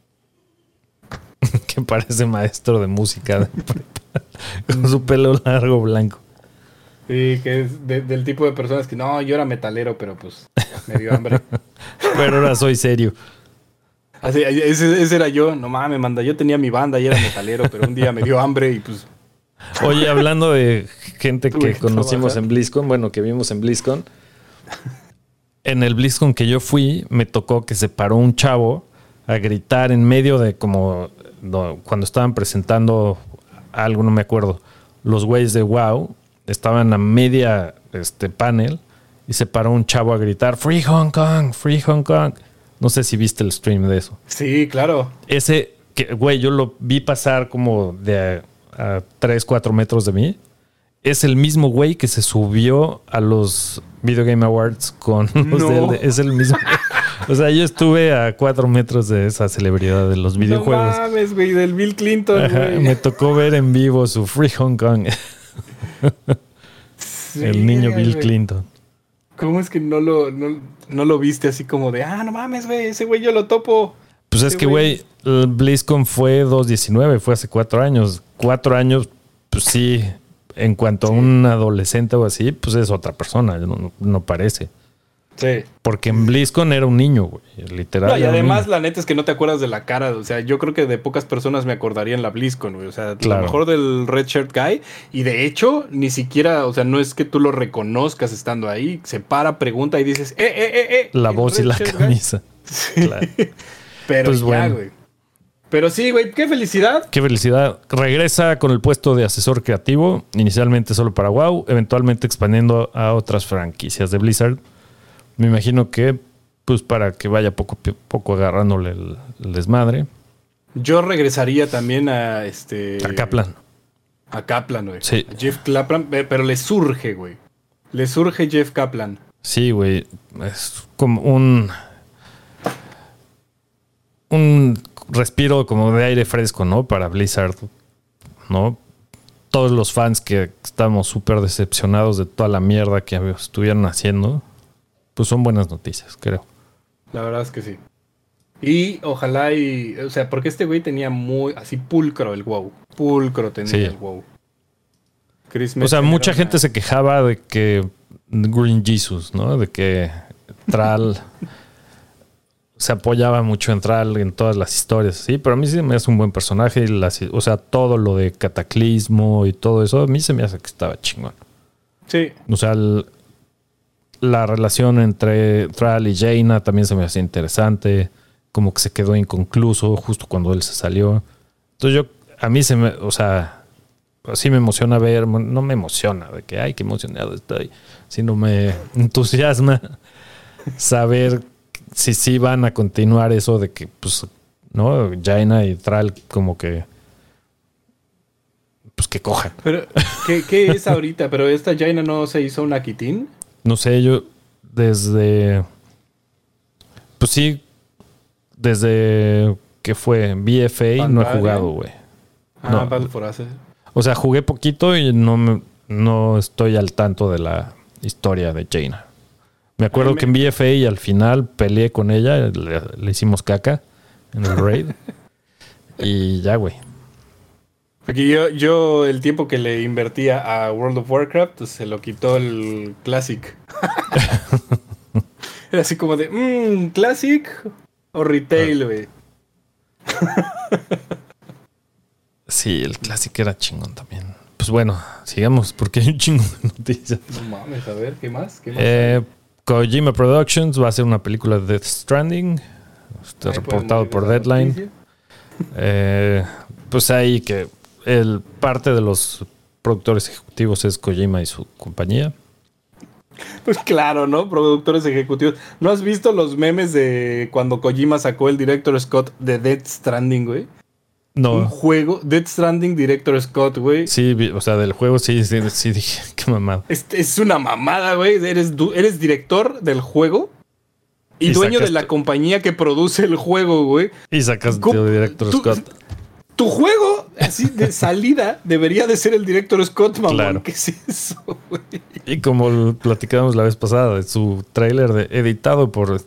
Que parece maestro de música de con su pelo largo blanco. Sí, que es de, del tipo de personas que no, yo era metalero, pero pues me dio hambre. Pero ahora soy serio. Así, ese, ese era yo, no mames, manda, yo tenía mi banda y era metalero, pero un día me dio hambre y pues... Oye, hablando de gente que que conocimos trabajar. en BlizzCon, bueno, que vimos en BlizzCon, en el BlizzCon que yo fui, me tocó que se paró un chavo a gritar en medio de como no, cuando estaban presentando algo, no me acuerdo, los güeyes de WoW estaban a media este panel y se paró un chavo a gritar Free Hong Kong, Free Hong Kong. No sé si viste el stream de eso. Sí, claro. Ese, que, güey, yo lo vi pasar como de a, a tres, cuatro metros de mí. Es el mismo güey que se subió a los Video Game Awards con los No. de él. Es el mismo. O sea, yo estuve a cuatro metros de esa celebridad de los videojuegos. No mames, güey, del Bill Clinton, Ajá, güey. me tocó ver en vivo su Free Hong Kong. Sí, El niño Bill güey. Clinton. ¿Cómo es que no lo, no, no lo viste así como de, ah, no mames, güey, ese güey yo lo topo? Pues es Ese que, güey, el BlizzCon fue dos diecinueve, fue hace cuatro años. Cuatro años, pues sí, en cuanto Sí. a un adolescente o así, pues es otra persona, no, no parece. Sí. Porque en BlizzCon era un niño, güey, literal. No, y era un además, niño. la neta es que no te acuerdas de la cara. O sea, yo creo que de pocas personas me acordaría en la BlizzCon, güey. O sea, Claro. lo mejor del Red Shirt Guy. Y de hecho, ni siquiera, o sea, no es que tú lo reconozcas estando ahí. Se para, pregunta y dices, eh, eh, eh, eh. La el voz y Red la Shirt Guy. camisa. Sí. Claro. Pero Pues ya, bueno. güey. Pero sí, güey, qué felicidad. Qué felicidad. Regresa con el puesto de asesor creativo, inicialmente solo para WoW, eventualmente expandiendo a otras franquicias de Blizzard. Me imagino que, pues, para que vaya poco a poco agarrándole el, el desmadre. Yo regresaría también a este. A Kaplan. A Kaplan, güey. Sí. A Jeff Kaplan, pe- pero le surge, güey. Le surge Jeff Kaplan. Sí, güey. Es como un. Un respiro como de aire fresco, ¿no? Para Blizzard, ¿no? Todos los fans que estamos súper decepcionados de toda la mierda que estuvieron haciendo, pues son buenas noticias, creo. La verdad es que sí. Y ojalá y... O sea, porque este güey tenía muy... Así pulcro el WoW. Pulcro tenía Sí. el WoW. Chris O sea, Metzen mucha era gente una- se quejaba de que Green Jesus, ¿no? De que Thrall se apoyaba mucho en Thrall en todas las historias, sí, pero a mí sí me hace un buen personaje. Y las, o sea, todo lo de Cataclismo y todo eso, a mí se me hace que estaba chingón. Sí. O sea, el- la relación entre Thrall y Jaina también se me hace interesante. Como que se quedó inconcluso justo cuando él se salió. Entonces yo, a mí se me, o sea, sí me emociona ver, no me emociona de que, ay, qué emocionado estoy, sino me entusiasma saber si sí van a continuar eso de que, pues, ¿no? Jaina y Thrall como que, pues que cojan. Pero, ¿qué, qué es ahorita? ¿Pero esta Jaina no se hizo una quitín? No sé, yo desde, pues sí, desde que fue B F A no he Pandaria. jugado, güey. Ah, No. Battle for Azeroth. O sea, jugué poquito y no, me- no estoy al tanto de la historia de Jaina. Me acuerdo Ay, que me- en B F A y al final peleé con ella, le, le hicimos caca en el raid. Y ya, güey. Porque yo, yo el tiempo que le invertía a World of Warcraft, pues, se lo quitó el Classic. Era así como de, mmm, Classic o Retail, güey. Sí, el clásico era chingón también. Pues bueno, sigamos porque hay un chingo de noticias. No mames, a ver, ¿qué más? ¿Qué más Eh, hay? Kojima Productions va a hacer una película de Death Stranding. Está Ahí reportado podemos por ir a esa Deadline. noticia. Eh, pues ahí que el parte de los productores ejecutivos es Kojima y su compañía. Pues claro, ¿no? Productores ejecutivos. ¿No has visto los memes de cuando Kojima sacó el Director Scott de Death Stranding, güey? Un No, juego, Death Stranding Director Scott, güey. sí, vi- o sea, del juego sí, sí, sí dije, qué mamada. Es, es una mamada, güey. Eres, du- eres director del juego y, Y dueño de sacaste- la compañía que produce el juego, güey. Y sacas ¿Cómo? tu director Tú- Scott. Tu juego, así de salida, debería de ser el Director Scott, mamón. Claro. ¿Qué es eso, güey? Y como platicamos la vez pasada, de su tráiler de editado por...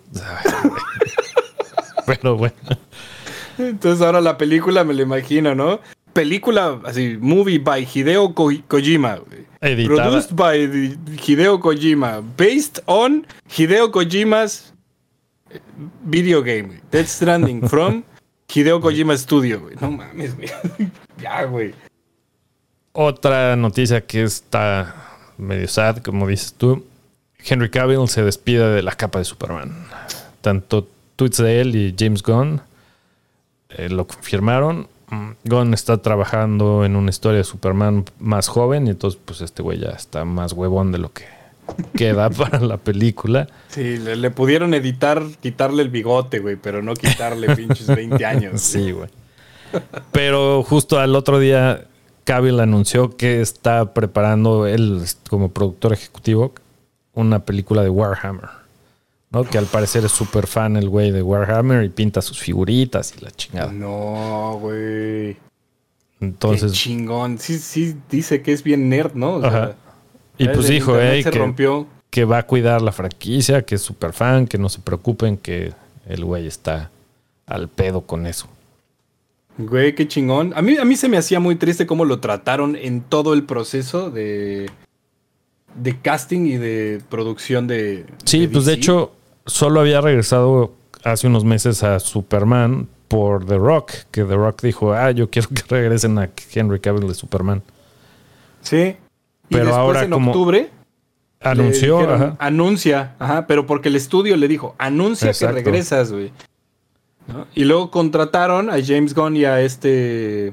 Pero bueno. Entonces ahora la película me lo imagino, ¿no? Película, así, movie by Hideo Ko- Kojima, güey. Editada. Produced by the- Hideo Kojima. Based on Hideo Kojima's eh, video game, güey. Death Stranding from Hideo Kojima Studio, güey. No mames, güey. Ya, güey. Otra noticia que está medio sad, como dices tú. Henry Cavill se despide de la capa de Superman. Tanto tweets de él y James Gunn eh, lo confirmaron. Mm, Gunn está trabajando en una historia de Superman más joven y entonces pues este güey ya está más huevón de lo que queda para la película. Sí, le, le pudieron editar, quitarle el bigote, güey, pero no quitarle pinches veinte años. Sí, güey. Pero justo al otro día Cavill anunció que está preparando él como productor ejecutivo una película de Warhammer, ¿no? Que al parecer es súper fan el güey de Warhammer y pinta sus figuritas y la chingada. No, güey. Entonces, Qué chingón. Sí, sí, dice que es bien nerd, ¿no? O sea, ajá. Y el pues del dijo, internet eh, se que, rompió. que va a cuidar la franquicia, que es súper fan, que no se preocupen, que el güey está al pedo con eso. Güey, qué chingón. A mí, a mí se me hacía muy triste cómo lo trataron en todo el proceso de, de casting y de producción de. Sí, pues de D C. hecho, solo había regresado hace unos meses a Superman por The Rock, que The Rock dijo, ah, yo quiero que regresen a Henry Cavill de Superman. Sí. Y Pero después ahora en como octubre. Anunció, le dijeron, ajá. anuncia, ajá, pero porque el estudio le dijo, anuncia Exacto. que regresas, güey. ¿No? Y luego contrataron a James Gunn y a este.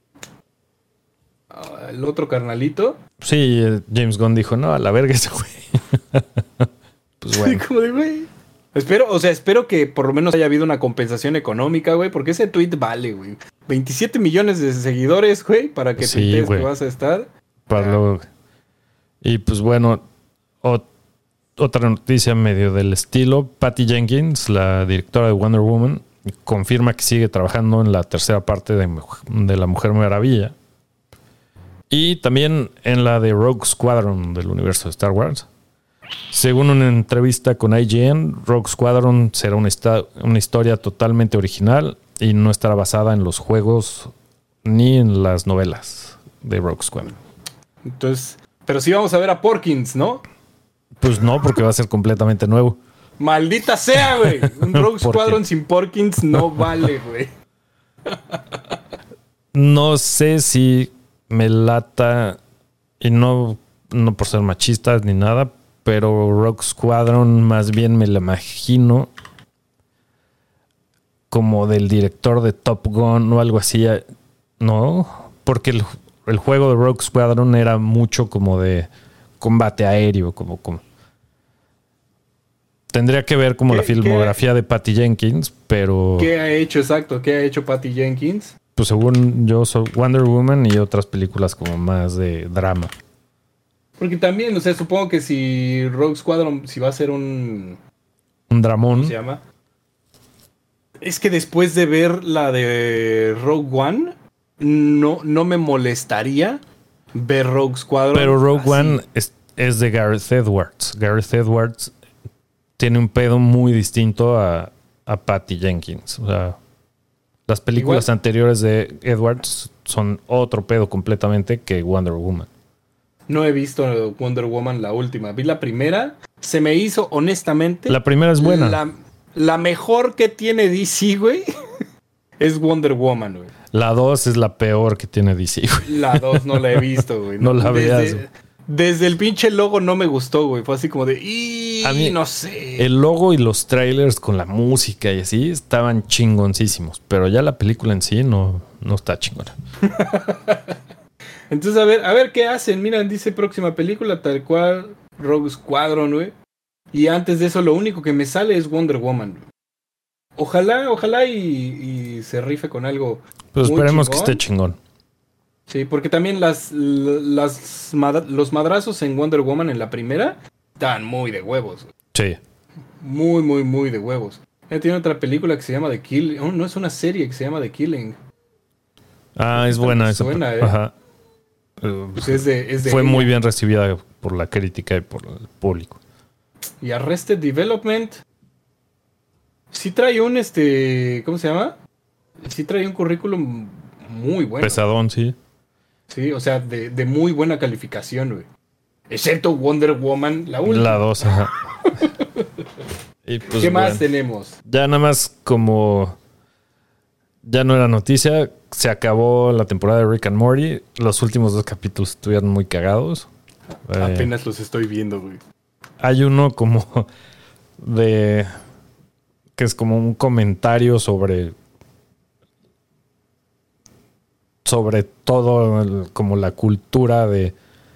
ah, el otro carnalito. Sí, eh, James Gunn dijo, no, a la verga ese güey. Pues Sí, bueno. como de, güey. Espero, o sea, espero que por lo menos haya habido una compensación económica, güey, porque ese tweet vale, güey. veintisiete millones de seguidores, güey, para que Sí, tuitees güey. que vas a estar. Para Ah. luego. Y pues bueno, ot- otra noticia medio del estilo. Patty Jenkins, la directora de Wonder Woman, confirma que sigue trabajando en la tercera parte de, de La Mujer Maravilla. Y también en la de Rogue Squadron del universo de Star Wars. Según una entrevista con I G N, Rogue Squadron será una, esta- una historia totalmente original y no estará basada en los juegos ni en las novelas de Rogue Squadron. Entonces, pero sí vamos a ver a Porkins, ¿no? Pues no, porque va a ser completamente nuevo. Maldita sea, güey. Un Rogue ¿Por qué? Squadron sin Porkins no vale, güey. No sé si me lata, y no, no por ser machistas ni nada, pero Rogue Squadron más bien me lo imagino como del director de Top Gun o algo así. No, porque el, el juego de Rogue Squadron era mucho como de combate aéreo, como... como tendría que ver como ¿Qué- la filmografía de Patty Jenkins, pero... ¿Qué ha hecho exacto? ¿Qué ha hecho Patty Jenkins? Pues según yo soy Wonder Woman y otras películas como más de drama. Porque también, o sea, supongo que si Rogue Squadron, si va a ser un... Un ¿Cómo dramón. se llama? Es que después de ver la de Rogue One, no, no me molestaría ver Rogue Squadron. Pero Rogue así. One es, es de Gareth Edwards. Gareth Edwards tiene un pedo muy distinto a, a Patty Jenkins. O sea, las películas Igual. anteriores de Edwards son otro pedo completamente que Wonder Woman. No he visto Wonder Woman la última. Vi la primera. Se me hizo, honestamente... La primera es buena. La, la mejor que tiene D C, güey, es Wonder Woman, güey. La dos es la peor que tiene D C, güey. La dos no la he visto, güey. No la veas, desde, güey. desde el pinche logo no me gustó, güey. Fue así como de... "Y A mí- no sé. El logo y los trailers con la música y así estaban chingoncísimos. Pero ya la película en sí no, no está chingona. Entonces, a ver, a ver qué hacen. Miran, dice próxima película, tal cual, Rogue Squadron, güey. Y antes de eso, lo único que me sale es Wonder Woman, güey. Ojalá, ojalá y, y se rife con algo. Pues muy esperemos que chingón. esté chingón. Sí, porque también las, las mad- los madrazos en Wonder Woman en la primera están muy de huevos, güey. Sí. Muy, muy, muy de huevos. Ella tiene otra película que se llama The Killing. Oh, no, es una serie que se llama The Killing. Ah, es Esta buena me esa. suena, eh. Ajá. Eh, Pues es de, es de Fue ella. muy bien recibida por la crítica y por el público. Y Arrested Development. Sí trae un, este, ¿cómo se llama? Sí trae un currículum muy bueno. Pesadón, sí. Sí, o sea, de, de muy buena calificación, güey. Excepto Wonder Woman, la última. La dos, ajá. Y pues, ¿Qué más bueno, tenemos? ya nada más como ya no era noticia, se acabó la temporada de Rick and Morty. Los últimos dos capítulos estuvieron muy cagados. Eh, Apenas los estoy viendo, güey. hay uno como de que es como un comentario sobre sobre todo el- como la cultura de,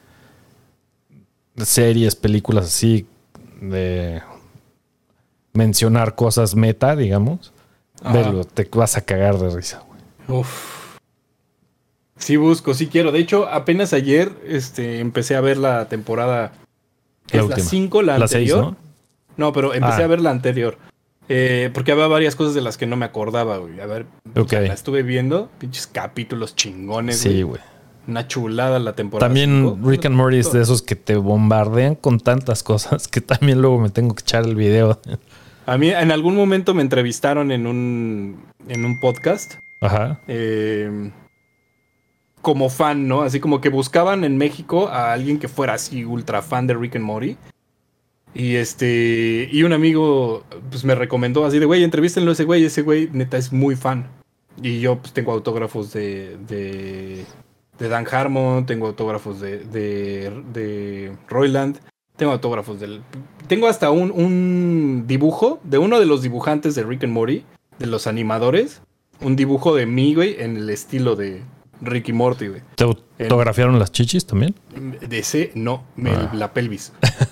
de series, películas así, de mencionar cosas meta, digamos. Ajá. Velo, te vas a cagar de risa, güey. Uf. Sí busco, sí quiero. De hecho, apenas ayer este, empecé a ver la temporada. La es la última. cinco, la, La seis, anterior. ¿no? No, pero empecé Ah. a ver la anterior. Eh, porque había varias cosas de las que no me acordaba, güey. A ver, o sea, Ok. la estuve viendo. Pinches capítulos chingones, Sí, güey. güey. Una chulada la temporada. También cinco. Rick and Morty es de esos que te bombardean con tantas cosas que también luego me tengo que echar el video. A mí en algún momento me entrevistaron en un, en un podcast. Ajá. eh, como fan, ¿no? Así como que buscaban en México a alguien que fuera así ultra fan de Rick and Morty. Y este. Y un amigo pues me recomendó así de, güey, entrevístenlo a ese güey. Ese güey neta es muy fan. Y yo pues tengo autógrafos de. de. de Dan Harmon. Tengo autógrafos de. de. de Roiland. Tengo autógrafos del. Tengo hasta un, un dibujo de uno de los dibujantes de Rick and Morty. De los animadores. Un dibujo de mí, güey, en el estilo de Rick y Morty, güey. ¿Te autografiaron las chichis también? De ese, no, me- Ah. la pelvis.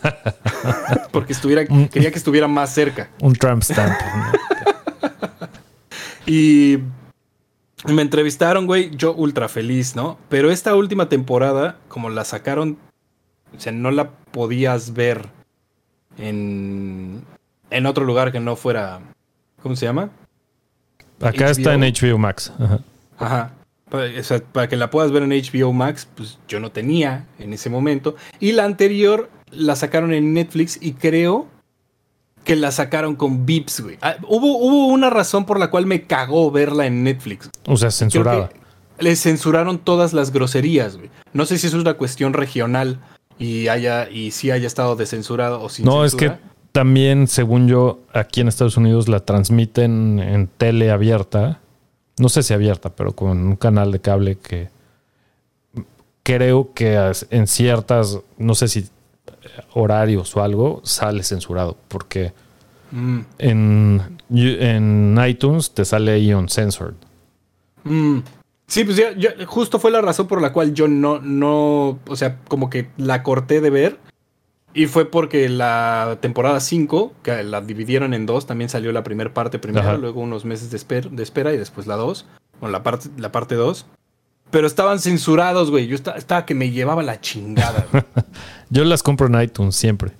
Porque estuviera, quería que estuviera más cerca. Un tramp stamp. ¿no? Y me entrevistaron, güey, yo ultra feliz, ¿no? Pero esta última temporada, como la sacaron, o sea, no la podías ver en, en otro lugar que no fuera, ¿cómo se llama? Acá H B O. está en H B O Max. Ajá. Ajá. Pa- O sea, para que la puedas ver en H B O Max, pues yo no tenía en ese momento. Y la anterior la sacaron en Netflix y creo que la sacaron con Vips, güey. Ah, hubo, hubo una razón por la cual me cagó verla en Netflix. O sea, Creo censurada. que le censuraron todas las groserías, güey. No sé si eso es una cuestión regional y haya y si haya estado descensurado o sin No, es censura. que también, según yo, aquí en Estados Unidos la transmiten en tele abierta. No sé si abierta, pero con un canal de cable que creo que as- en ciertas, no sé si horarios o algo, sale censurado. Porque Mm, en, en iTunes te sale ahí uncensored. mm. Sí, pues ya, ya- justo fue la razón por la cual yo no, no, o sea, como que la corté de ver. Y fue porque la temporada cinco, que la dividieron en dos, también salió la primera parte primero, Ajá. luego unos meses de, esper- de espera y después la dos, o la parte la parte dos. Pero estaban censurados, güey. Yo esta- estaba que me llevaba la chingada, güey. Yo las compro en iTunes siempre.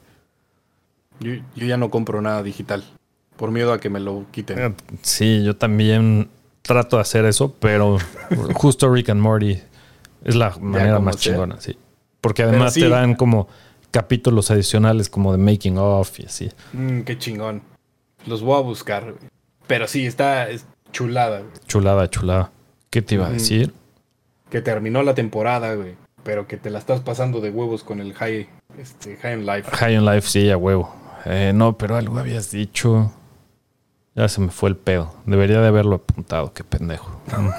yo, yo ya no compro nada digital, por miedo a que me lo quiten. Eh, Sí, yo también. trato de hacer eso, pero justo Rick and Morty es la manera más sea. chingona, sí. Porque además sí. te dan como capítulos adicionales como de making of y así. Mm, qué chingón. Los voy a buscar, güey. Pero sí, está es chulada, güey. Chulada, chulada. ¿Qué te iba a decir? Que terminó la temporada, güey. Pero que te la estás pasando de huevos con el High, este, High on Life. High on Life, sí, a huevo. Eh, no, pero algo habías dicho. Ya se me fue el pedo. Debería de haberlo apuntado, qué pendejo.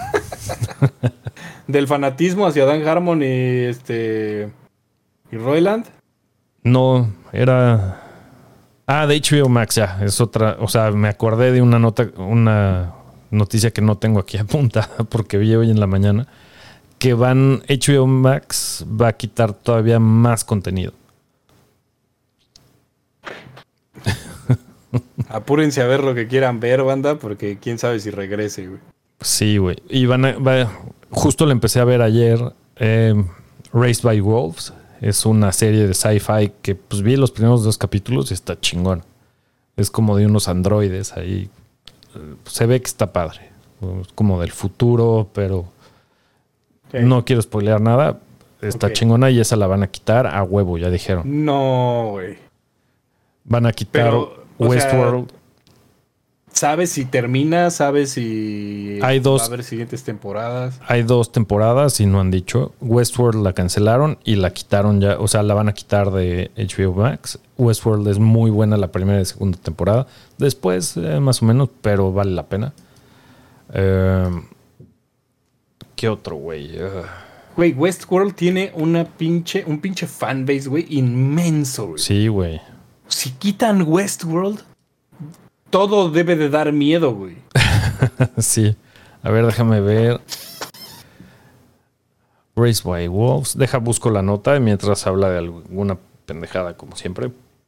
Del fanatismo hacia Dan Harmon y este. y Roiland. No, era. Ah, de H B O Max, ya. Es otra. O sea, me acordé de una nota, una noticia que no tengo aquí apuntada porque vi hoy en la mañana. Que van. H B O Max va a quitar todavía más contenido. Apúrense a ver lo que quieran ver, banda, porque quién sabe si regrese, güey. Sí, güey. Y van a. Va, justo la empecé a ver ayer. Eh, Raised by Wolves. Es una serie de sci-fi que pues vi los primeros dos capítulos y está chingón. Es como de unos androides ahí. Se ve que está padre. Como del futuro, pero okay. No quiero spoilear nada. Está okay. Chingona y esa la van a quitar a huevo, ya dijeron. No, güey. Van a quitar pero, Westworld. Sea, ¿sabes si termina? ¿Sabes si hay dos, va a haber siguientes temporadas? Hay dos temporadas y no han dicho. Westworld la cancelaron y la quitaron ya. O sea, la van a quitar de H B O Max. Westworld es muy buena la primera y segunda temporada. Después, eh, más o menos, pero vale la pena. Eh, ¿Qué otro, güey? Güey, uh. Westworld tiene una pinche, un pinche fanbase, güey, inmenso, güey. Sí, güey. Si quitan Westworld, todo debe de dar miedo, güey. Sí. A ver, déjame ver. Raised by Wolves. Deja, busco la nota mientras habla de alguna pendejada, como siempre.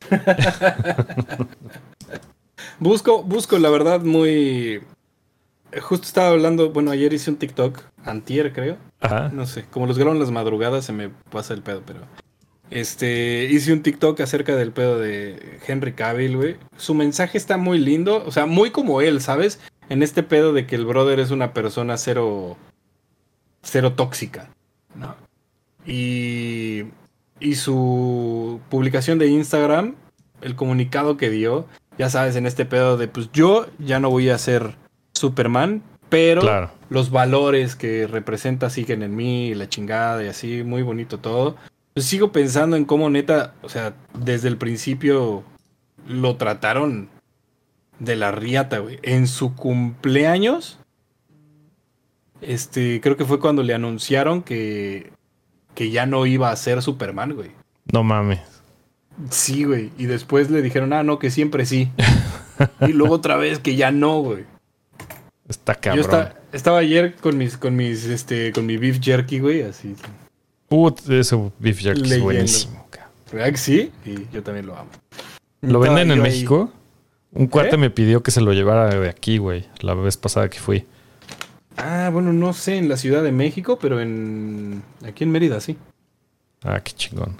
busco, busco, la verdad, muy... Justo estaba hablando, bueno, ayer hice un TikTok, antier creo. Ajá. No sé, como los graban las madrugadas se me pasa el pedo, pero... Este, hice un TikTok acerca del pedo de Henry Cavill, güey. Su mensaje está muy lindo, o sea, muy como él, ¿sabes? En este pedo de que el brother es una persona cero... Cero tóxica, ¿no? Y... Y su publicación de Instagram, el comunicado que dio, ya sabes, en este pedo de, pues yo ya no voy a ser Superman, pero claro. Los valores que representa siguen en mí, la chingada y así, muy bonito todo. Pues sigo pensando en cómo neta, o sea, desde el principio lo trataron de la riata, güey. En su cumpleaños, este, creo que fue cuando le anunciaron que, que ya no iba a ser Superman, güey. No mames. Sí, güey. Y después le dijeron, ah, no, que siempre sí. Y luego otra vez que ya no, güey. Está cabrón. Yo está, estaba ayer con mis, con mis, este, con mi beef jerky, güey, así. Put, ese beef jerky leyendo. Es buenísimo, cabrón. ¿Verdad que sí? Y yo también lo amo. ¿Lo Estaba venden en ahí. México? Un cuate ¿Eh? me pidió que se lo llevara de aquí, güey, la vez pasada que fui. Ah, bueno, no sé en la Ciudad de México, pero en aquí en Mérida, sí. Ah, qué chingón.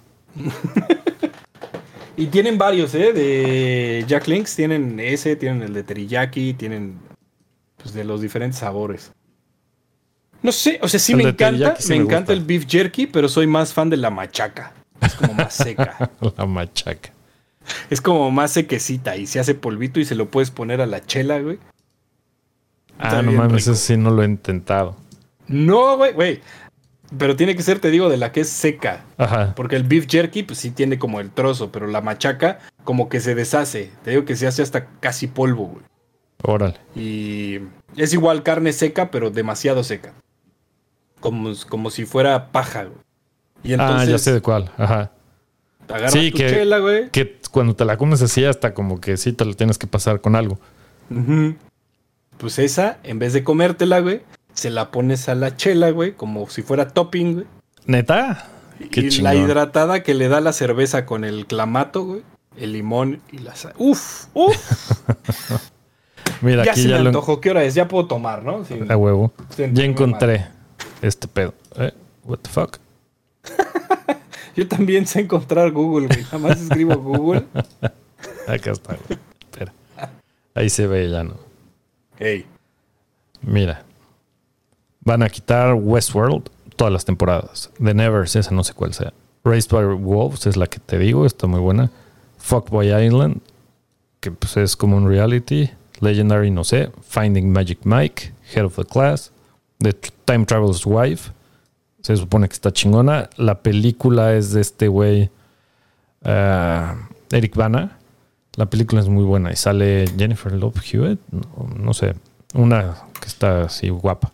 Y tienen varios, ¿eh? De Jack Links, tienen ese, tienen el de teriyaki, tienen pues de los diferentes sabores. No sé, o sea, sí El me de encanta, teriyaki sí me, me encanta gusta. el beef jerky, pero soy más fan de la machaca. Es como más seca. La machaca. Es como más sequecita y se hace polvito y se lo puedes poner a la chela, güey. Ah, no mames, eso sí no lo he intentado. No, güey, güey. Pero tiene que ser, te digo, de la que es seca. Ajá. Porque el beef jerky, pues sí tiene como el trozo, pero la machaca como que se deshace. Te digo que se hace hasta casi polvo, güey. Órale. Y es igual carne seca, pero demasiado seca. Como, como si fuera paja, güey. Y entonces, ah, ya sé de cuál. Ajá. Agarras sí, tu que, chela, güey. Que cuando te la comes así, hasta como que sí te la tienes que pasar con algo. Uh-huh. Pues esa, en vez de comértela, güey, se la pones a la chela, güey, como si fuera topping, güey. ¿Neta? Qué y chingón. La hidratada que le da la cerveza con el clamato, güey, el limón y la sal. ¡Uf! ¡Uf! Mira, ya aquí se ya me lo... antojó. ¿Qué hora es? Ya puedo tomar, ¿no? Sin... A huevo. Sin Ya sentirme encontré mal. este pedo. ¿Eh? What the fuck? Yo también sé encontrar Google, güey. Nada más escribo Google. Acá está, güey. Espera. Ahí se ve ya, ¿no? Hey. Mira. Van a quitar Westworld todas las temporadas. The Nevers, esa no sé cuál sea. Raised by Wolves es la que te digo, está muy buena. Fuckboy Island, que pues es como un reality. Legendary, no sé. Finding Magic Mike, Head of the Class. The Time Traveler's Wife. Se supone que está chingona. La película es de este güey, uh, Eric Bana. La película es muy buena y sale Jennifer Love Hewitt. No, no sé, una que está así guapa.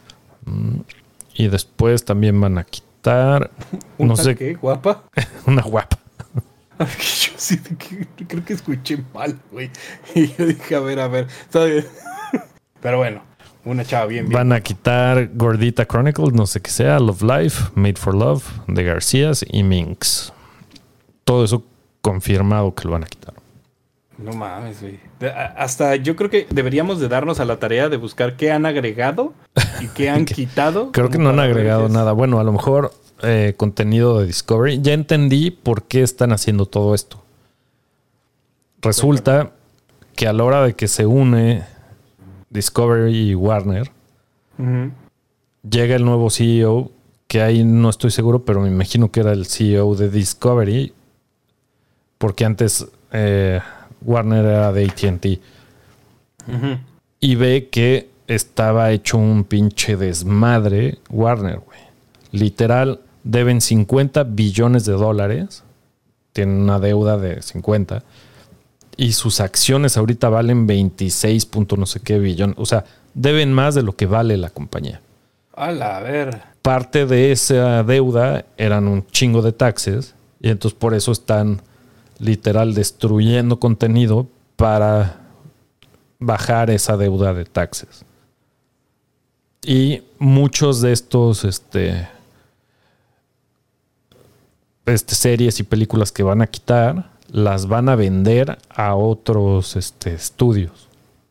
Y después también van a quitar, no sé qué, guapa. Una guapa. Yo sí que, creo que escuché mal, güey. Y yo dije, a ver, a ver, ¿sabes? Pero bueno, una chava bien, bien. Van a quitar Gordita Chronicles, no sé qué sea, Love Life, Made for Love, de Garcías y Minx. Todo eso confirmado que lo van a quitar. No mames, güey. Hasta yo creo que deberíamos de darnos a la tarea de buscar qué han agregado y qué han quitado. Creo que no han agregado nada. Bueno, a lo mejor eh, contenido de Discovery. Ya entendí por qué están haciendo todo esto. Resulta que a la hora de que se une Discovery y Warner, uh-huh. llega el nuevo C E O, que ahí no estoy seguro, pero me imagino que era el C E O de Discovery, porque antes eh, Warner era de A T and T. Uh-huh. Y ve que estaba hecho un pinche desmadre Warner, güey. Literal, deben cincuenta billones de dólares. Tienen una deuda de cincuenta. Y sus acciones ahorita valen veintiséis punto no sé qué billones. O sea, deben más de lo que vale la compañía. ¡Hala, a ver! Parte de esa deuda eran un chingo de taxes. Y entonces por eso están literal destruyendo contenido para bajar esa deuda de taxes. Y muchos de estos este, este, series y películas que van a quitar las van a vender a otros este, estudios.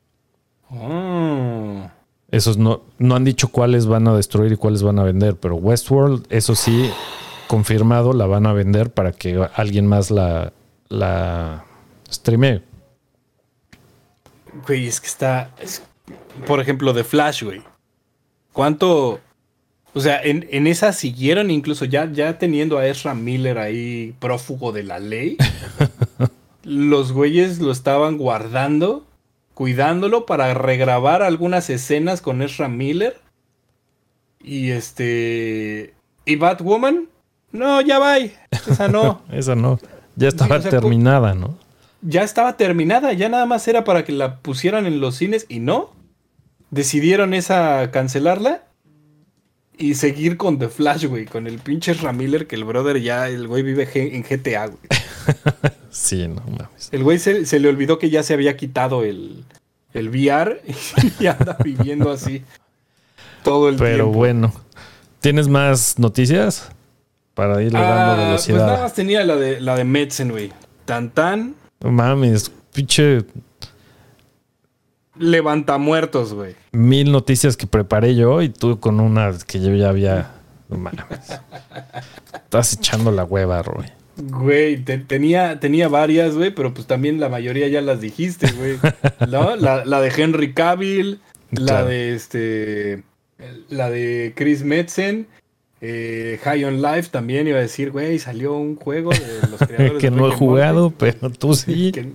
Oh. Esos no, no han dicho cuáles van a destruir y cuáles van a vender, pero Westworld, eso sí, confirmado, la van a vender para que alguien más la, la streamee. Güey, es que está... Es, por ejemplo, The Flash, güey. ¿Cuánto...? O sea, en, en esa siguieron incluso ya, ya teniendo a Ezra Miller ahí prófugo de la ley. Los güeyes lo estaban guardando, cuidándolo para regrabar algunas escenas con Ezra Miller. Y este... ¿Y Batwoman? No, ya va. Esa no. Esa no. Ya estaba sí, o sea, terminada, ¿no? Ya estaba terminada. Ya nada más era para que la pusieran en los cines y no. Decidieron esa cancelarla. Y seguir con The Flash, güey. Con el pinche Ezra Miller, que el brother ya, el güey vive en G T A, güey. Sí, no mames. El güey se, se le olvidó que ya se había quitado el, el V R y anda viviendo así todo el Pero tiempo. Pero bueno, ¿tienes más noticias? Para irle ah, dando velocidad. Pues nada más tenía la de, la de Metzen, güey. Tan tan. No mames, pinche... Levantamuertos, güey. Mil noticias que preparé yo y tú con una que yo ya había... No mames. Estás echando la hueva, Roy. Güey, te, tenía, tenía varias, güey, pero pues también la mayoría ya las dijiste, güey. ¿No? La, la de Henry Cavill, claro. La de este... La de Chris Metzen, eh, High on Life también iba a decir, güey, salió un juego de los creadores que de no he jugado, Morty, pero tú sí. Que...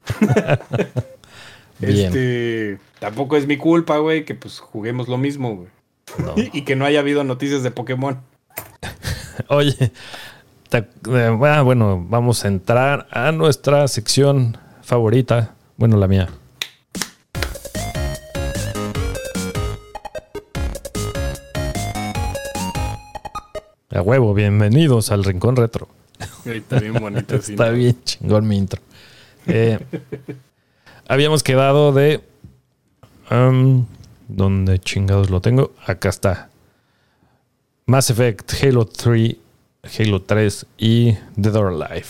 este, tampoco es mi culpa, güey, que pues juguemos lo mismo, güey. No. Y que no haya habido noticias de Pokémon. Oye, te, eh, bueno, vamos a entrar a nuestra sección favorita. Bueno, la mía. A huevo, bienvenidos al Rincón Retro. Está bien bonito. Está bien chingón mi intro. Eh, habíamos quedado de... Um, ¿Dónde chingados lo tengo? Acá está. Mass Effect, Halo tres, Halo tres y Dead or Alive.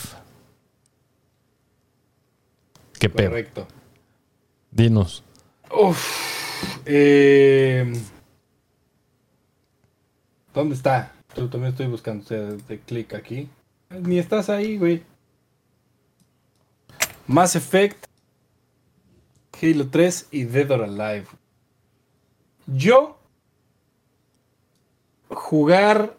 ¿Qué pedo? Correcto. Dinos. Uf, eh, ¿dónde está? Yo también estoy buscando, o sea, de clic aquí. Ni estás ahí, güey. Mass Effect, Halo tres y Dead or Alive. Yo jugar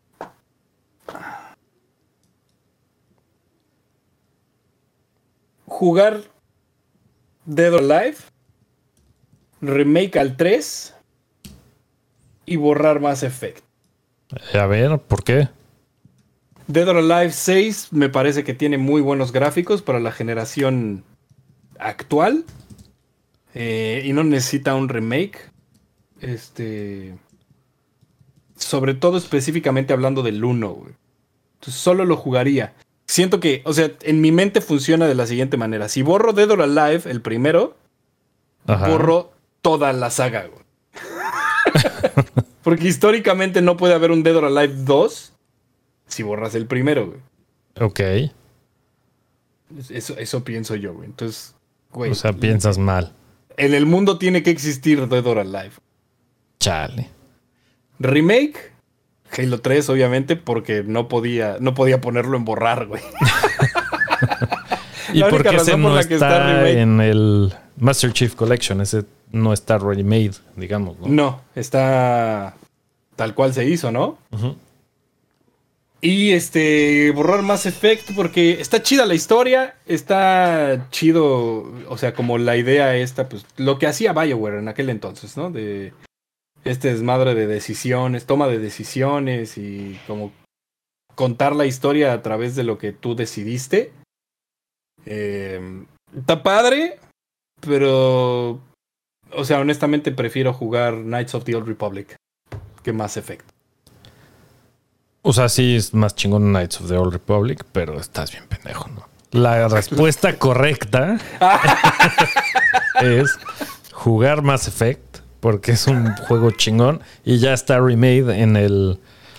jugar Dead or Alive, remake al tres y borrar Mass Effect. A ver, ¿por qué? Dead or Alive seis me parece que tiene muy buenos gráficos para la generación actual, eh, y no necesita un remake. Este, sobre todo específicamente hablando del uno, güey. Entonces solo lo jugaría. Siento que, o sea, en mi mente funciona de la siguiente manera. Si borro Dead or Alive, el primero, Ajá. borro toda la saga, güey. Porque históricamente no puede haber un Dead or Alive dos si borras el primero, güey. Ok. Eso, eso pienso yo, güey. Entonces, güey. O sea, piensas mal. En el mundo tiene que existir Dead or Alive. Chale. Remake, Halo tres, obviamente, porque no podía, no podía ponerlo en borrar, güey. ¿Y por qué ese no por está, está en el Master Chief Collection? Ese no está remade, digamos, ¿no? No, está tal cual se hizo, ¿no? Uh-huh. Y este, borrar Mass Effect porque está chida la historia, está chido, o sea, como la idea esta, pues lo que hacía BioWare en aquel entonces, ¿no? De este desmadre de decisiones, toma de decisiones y como contar la historia a través de lo que tú decidiste. Eh, está padre, pero, o sea, honestamente prefiero jugar Knights of the Old Republic que Mass Effect. O sea, sí es más chingón Knights of the Old Republic, pero estás bien pendejo, ¿no? La respuesta correcta es jugar Mass Effect, porque es un juego chingón y ya está remade en el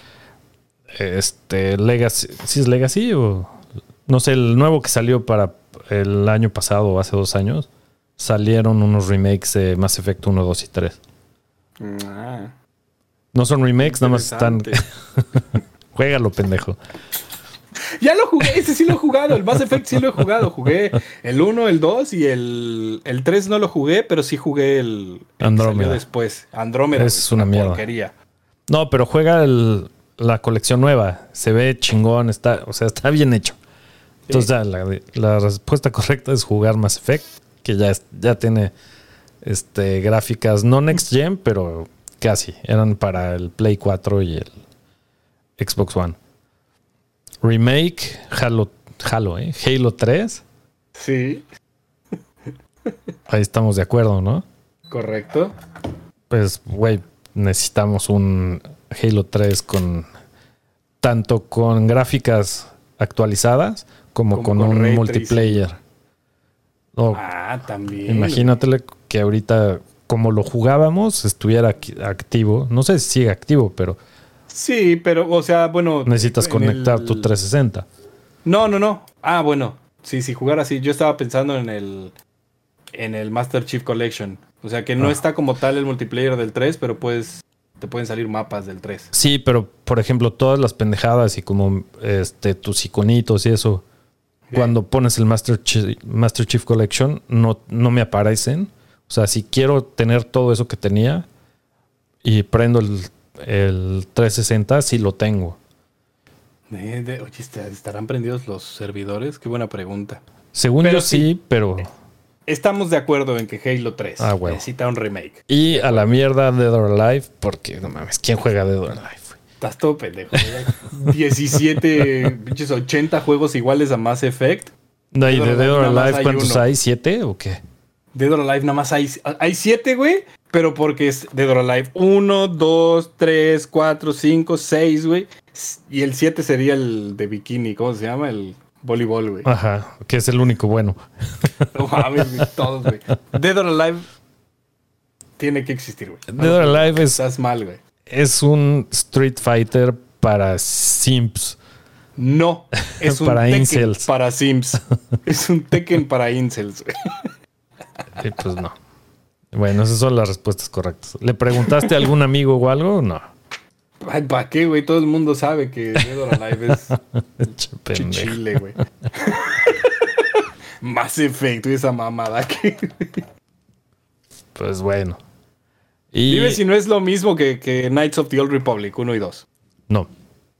este Legacy. ¿Sí es Legacy o no sé, el nuevo que salió para el año pasado o hace dos años? Salieron unos remakes de Mass Effect uno, dos y tres. Ah, no son remakes, nada más están... Juégalo, pendejo. Ya lo jugué, ese sí lo he jugado. El Mass Effect sí lo he jugado. Jugué el uno, el dos y el, el tres no lo jugué, pero sí jugué el, el Andrómeda. después. Andrómeda. Es una, una mierda. Porquería. No, pero juega el, la colección nueva. Se ve chingón, está, o sea, está bien hecho. Entonces, sí. ya, la, la respuesta correcta es jugar Mass Effect, que ya, es, ya tiene este, gráficas no Next Gen, pero casi. Eran para el Play cuatro y el Xbox One. Remake, Halo, Halo, ¿eh? Halo tres. Sí. Ahí estamos de acuerdo, ¿no? Correcto. Pues, güey, necesitamos un Halo tres con tanto con gráficas actualizadas como, como con, con un multiplayer. Oh, ah, también. Imagínatele que ahorita, como lo jugábamos, estuviera activo. No sé si sigue activo, pero... Sí, pero, o sea, bueno... Necesitas conectar el... tu trescientos sesenta. No, no, no. Ah, bueno. Sí, sí, jugar así. Yo estaba pensando en el... En el Master Chief Collection. O sea, que no ah. está como tal el multiplayer del tres, pero puedes... Te pueden salir mapas del tres. Sí, pero, por ejemplo, todas las pendejadas y como este tus iconitos y eso... Okay. Cuando pones el Master Chief, Master Chief Collection, no, no me aparecen. O sea, si quiero tener todo eso que tenía y prendo el... El trescientos sesenta sí lo tengo. Eh, de, oye, ¿estarán prendidos los servidores? Qué buena pregunta. Según pero yo sí, sí, pero... Estamos de acuerdo en que Halo tres ah, bueno. necesita un remake. Y a la mierda Dead or Alive, porque no mames, ¿quién juega Dead or Alive? Estás todo pendejo. diecisiete, pinches ochenta juegos iguales a Mass Effect. No, ¿y de Dead or Alive cuántos uno. hay? ¿Siete o qué? Dead or Alive nada más hay... Hay siete, güey. Pero porque es Dead or Alive uno, dos, tres, cuatro, cinco, seis, güey. Y el siete sería el de bikini. ¿Cómo se llama? El voleibol, güey. Ajá, que es el único bueno. No mames, todos, güey. Dead or Alive tiene que existir, güey. Dead or Alive es... Estás mal, güey. Es un Street Fighter para simps. No, es un para Tekken incels. para simps. Es un Tekken para incels, güey. Eh, pues no. Bueno, esas son las respuestas correctas. ¿Le preguntaste a algún amigo o algo? No. Ay, ¿para qué, güey? Todo el mundo sabe que Dead or Alive es Chile, güey. Mass Effect y esa mamada que... Pues bueno. Y... Dime si no es lo mismo que, que Knights of the Old Republic uno y dos. No.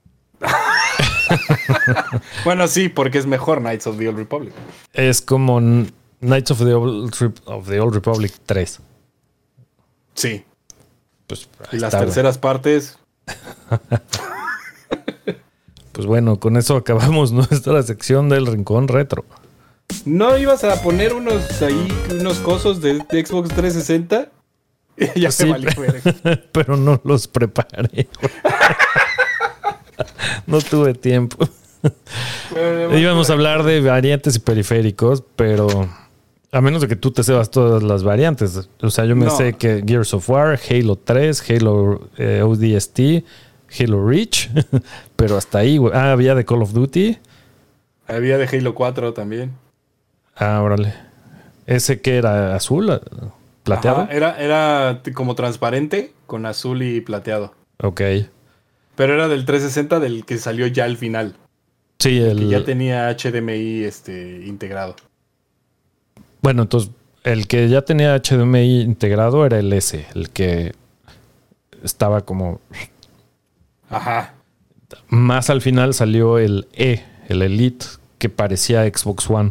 Bueno, sí, porque es mejor Knights of the Old Republic. Es como Knights of the Old, of the Old Republic tres. Sí. Pues, y las está, terceras güey. partes. Pues bueno, con eso acabamos nuestra sección del Rincón Retro. ¿No ibas a poner unos ahí, unos cosos de, de Xbox trescientos sesenta? Ya sí, se valió, pero no los preparé. No tuve tiempo. Bueno, íbamos a hablar de variantes y periféricos, pero a menos de que tú te sepas todas las variantes. O sea, yo me no. sé que Gears of War, Halo tres, Halo eh, O D S T, Halo Reach, pero hasta ahí, güey. Ah, había de Call of Duty. Había de Halo cuatro también. Ah, órale. ¿Ese que era azul? ¿Plateado? Ajá, era, era como transparente con azul y plateado. Ok. Pero era del trescientos sesenta, del que salió ya al final. Sí, el... que ya tenía H D M I este, integrado. Bueno, entonces, el que ya tenía H D M I integrado era el S, el que estaba como... Ajá. Más al final salió el E, el Elite, que parecía Xbox One.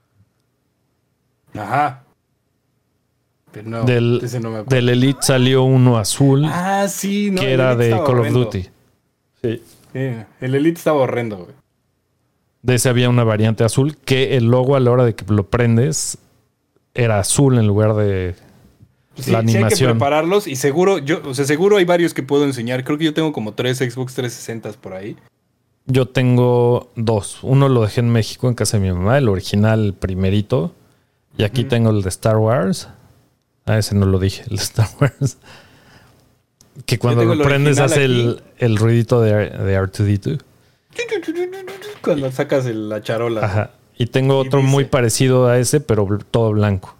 Ajá. Pero no, del, ese no me acuerdo. Del Elite salió uno azul. Ah, sí, no. Que era de Call horrendo. of Duty. Sí. sí. El Elite estaba horrendo, güey. De ese había una variante azul que el logo a la hora de que lo prendes era azul en lugar de sí, la animación. Sí hay que prepararlos y seguro, yo, o sea, seguro hay varios que puedo enseñar. Creo que yo tengo como tres Xbox trescientos sesenta por ahí. Yo tengo dos. Uno lo dejé en México en casa de mi mamá, el original, el primerito. Y aquí mm. tengo el de Star Wars. Ah, ese no lo dije, el de Star Wars. Que cuando lo prendes hace el, el ruidito de, de R dos D dos. Cuando sacas el, la charola. Ajá. Y tengo y otro dice, muy parecido a ese, pero todo blanco.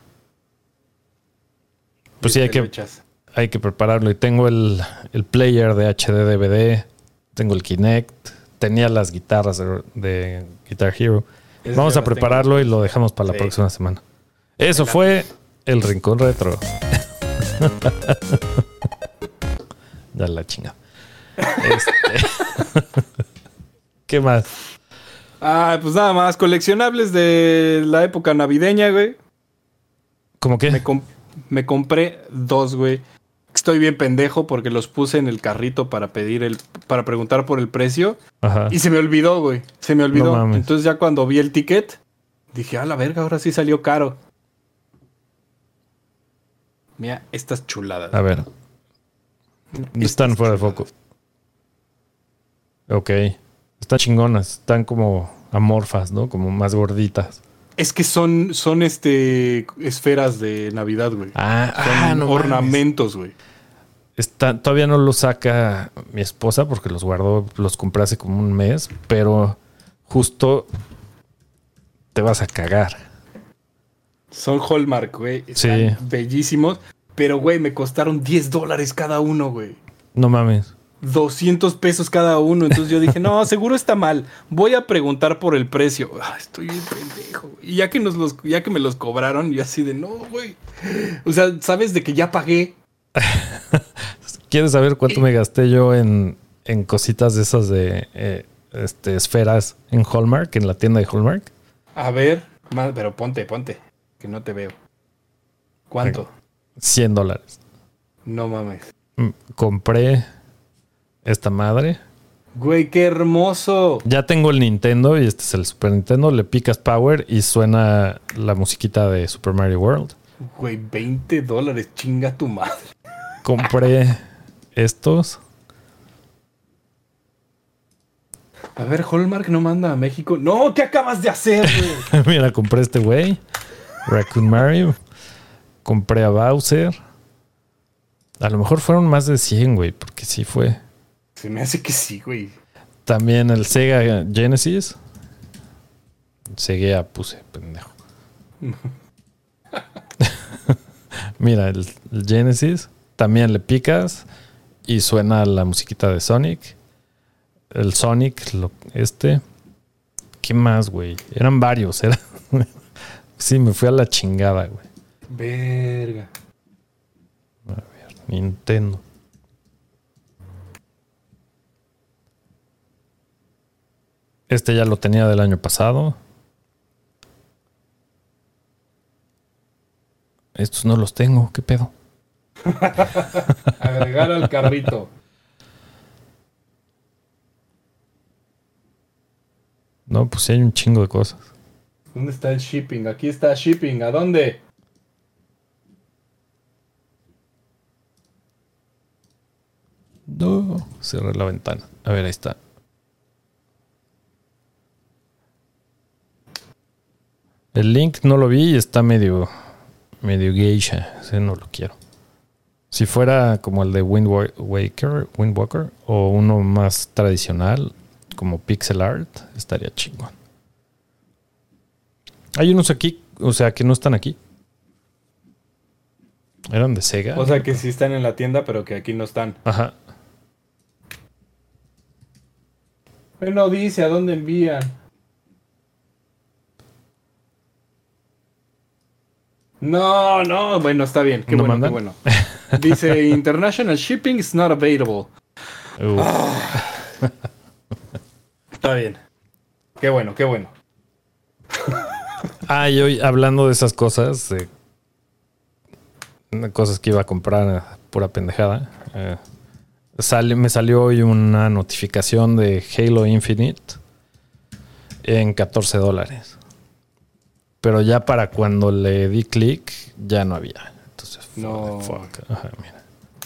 Pues sí, hay que, hay que prepararlo. Y tengo el, el player de H D D V D. Tengo el Kinect. Tenía las guitarras de, de Guitar Hero. Es Vamos a prepararlo tengo. y lo dejamos para sí. la próxima semana. Eso fue el Rincón Retro. Ya la chingada. Este... ¿Qué más? Ah, pues nada más. Coleccionables de la época navideña, güey. ¿Cómo qué? Me, comp- me compré dos, güey. Estoy bien pendejo porque los puse en el carrito para pedir el... para preguntar por el precio. Ajá. Y se me olvidó, güey. Se me olvidó. No Entonces ya cuando vi el ticket, dije, a la verga, ahora sí salió caro. Mira, estas chuladas. A ver. Estas Están fuera chuladas. de foco. Ok. Están chingonas. Están como amorfas, ¿no? Como más gorditas. Es que son, son este esferas de Navidad, güey. Ah, son ah, no ornamentos, güey. Está, todavía no los saca mi esposa porque los guardó, los compré hace como un mes, pero justo te vas a cagar. Son Hallmark, güey. Están sí. bellísimos. Pero, güey, me costaron diez dólares cada uno, güey. No mames. doscientos pesos cada uno. Entonces yo dije, no, seguro está mal. Voy a preguntar por el precio. Ah, estoy bien pendejo, güey. Y ya que, nos los, ya que me los cobraron, yo así de, no, güey. O sea, sabes de que ya pagué. ¿Quieres saber cuánto me gasté yo en, en cositas de esas de eh, este, esferas en Hallmark, en la tienda de Hallmark? A ver, más, pero ponte, ponte, que no te veo. ¿Cuánto? cien dólares. No mames. Compré esta madre. Güey, qué hermoso. Ya tengo el Nintendo y este es el Super Nintendo. Le picas Power y suena la musiquita de Super Mario World. Güey, veinte dólares, chinga tu madre. Compré estos. A ver, Hallmark no manda a México. No, ¿qué acabas de hacer, güey? Mira, compré este güey. Raccoon Mario. Compré a Bowser. A lo mejor fueron más de cien, güey, porque sí fue. Se me hace que sí, güey. También el Sega Genesis. Sega puse, pendejo. Mira, el, el Genesis. También le picas y suena la musiquita de Sonic. El Sonic, lo, este. ¿Qué más, güey? Eran varios. Era... sí, me fui a la chingada, güey. Verga. A ver. Nintendo. Este ya lo tenía del año pasado. Estos no los tengo. ¿Qué pedo? Agregar al carrito. No, pues sí hay un chingo de cosas. ¿Dónde está el shipping? Aquí está shipping. ¿A dónde? No, cerré la ventana. A ver, ahí está. El link no lo vi y está medio medio geisha. Ese no lo quiero. Si fuera como el de Wind Waker, Wind Walker o uno más tradicional como pixel art, estaría chingón. Hay unos aquí, o sea, que no están aquí. Eran de Sega. O sea, que sí están en la tienda, pero que aquí no están. Ajá. Pero no dice a dónde envían. No, no, bueno, está bien. Qué ¿No bueno, mandan? qué bueno. Dice, International shipping is not available. Uh. Ah. Está bien. Qué bueno, qué bueno. Ah, y hoy hablando de esas cosas, eh, cosas que iba a comprar pura pendejada, eh, sale, me salió hoy una notificación de Halo Infinite en catorce dólares. Pero ya para cuando le di clic, ya no había. Entonces, no. Fuck. Ajá, mira.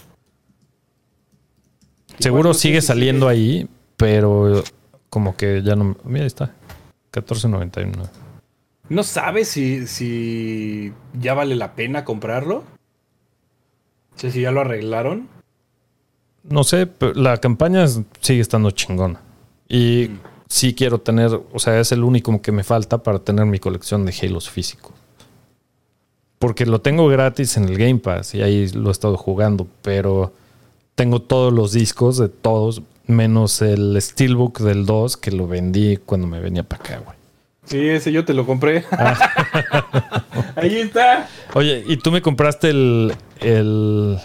Seguro sigue saliendo ahí, pero como que ya no. Mira, ahí está. catorce noventa y nueve. ¿No sabes si, si ya vale la pena comprarlo? O sea, si ya lo arreglaron. No sé, pero la campaña sigue estando chingona. Y mm. sí quiero tener, o sea, es el único que me falta para tener mi colección de Halos físicos. Porque lo tengo gratis en el Game Pass y ahí lo he estado jugando, pero tengo todos los discos de todos, menos el Steelbook del dos que lo vendí cuando me venía para acá, güey. Sí, ese yo te lo compré. Ah. Ahí está. Oye, ¿y tú me compraste el el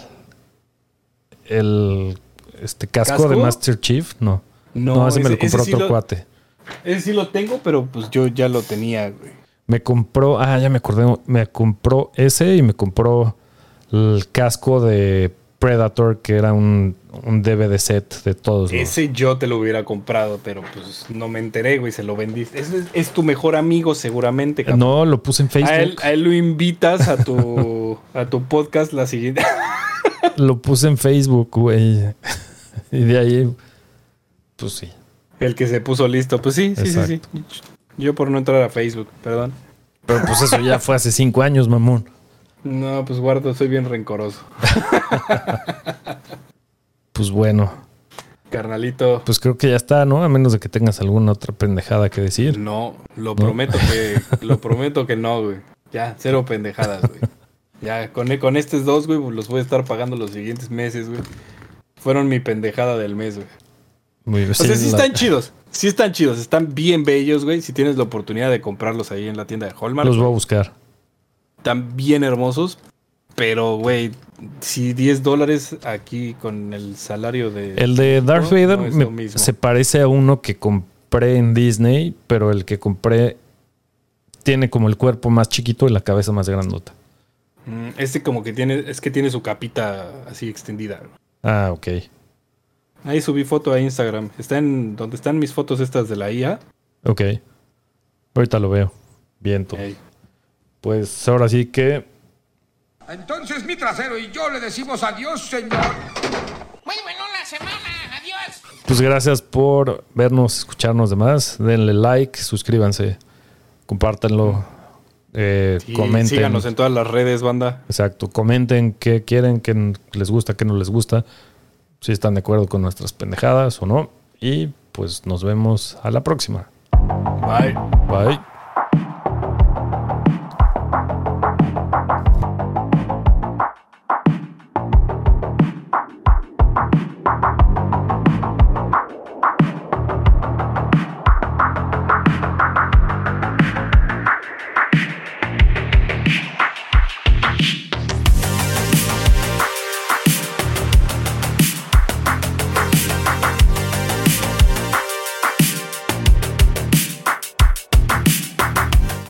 el este casco, ¿Casco? de Master Chief? No. No, no ese, ese me lo compró otro sí cuate. Lo, ese sí lo tengo, pero pues yo ya lo tenía, güey. Me compró, ah, ya me acordé, me compró ese y me compró el casco de Predator, que era un, un D V D set de todos. Ese los... yo te lo hubiera comprado, pero pues no me enteré, güey, se lo vendiste. Es, es, es tu mejor amigo seguramente, cabrón. No, lo puse en Facebook. A él, a él lo invitas a tu, a tu podcast la siguiente. Lo puse en Facebook, güey. Y de ahí, pues sí. El que se puso listo, pues sí, sí, Exacto. sí, sí. Yo por no entrar a Facebook, perdón. Pero pues eso ya fue hace cinco años, mamón. No, pues guardo, soy bien rencoroso. Pues bueno. Carnalito. Pues creo que ya está, ¿no? A menos de que tengas alguna otra pendejada que decir. No, lo ¿No? prometo que lo prometo que no, güey. Ya, cero pendejadas, güey. Ya, con, con estos dos, güey, los voy a estar pagando los siguientes meses, güey. Fueron mi pendejada del mes, güey. Muy bien. O sea, sí la... están chidos. Sí están chidos. Están bien bellos, güey. Si tienes la oportunidad de comprarlos ahí en la tienda de Hallmark. Los voy güey. a buscar. Están bien hermosos. Pero, güey, si diez dólares aquí con el salario de... El de Darth Vader no es me, se parece a uno que compré en Disney, pero el que compré tiene como el cuerpo más chiquito y la cabeza más grandota. Mm, este como que tiene... Es que tiene su capita así extendida. Güey. Ah, ok. Ahí subí foto a Instagram. Está en donde están mis fotos estas de la I A. Ok. Ahorita lo veo. Viento. Hey. Pues ahora sí que... Entonces mi trasero y yo le decimos adiós, señor. Muy bueno la semana. Adiós. Pues gracias por vernos, escucharnos demás. Denle like, suscríbanse, compártanlo, eh, sí, comenten. Síganos en todas las redes, banda. Exacto. Comenten qué quieren, qué les gusta, qué no les gusta. Si están de acuerdo con nuestras pendejadas o no. Y pues nos vemos a la próxima. Bye. Bye.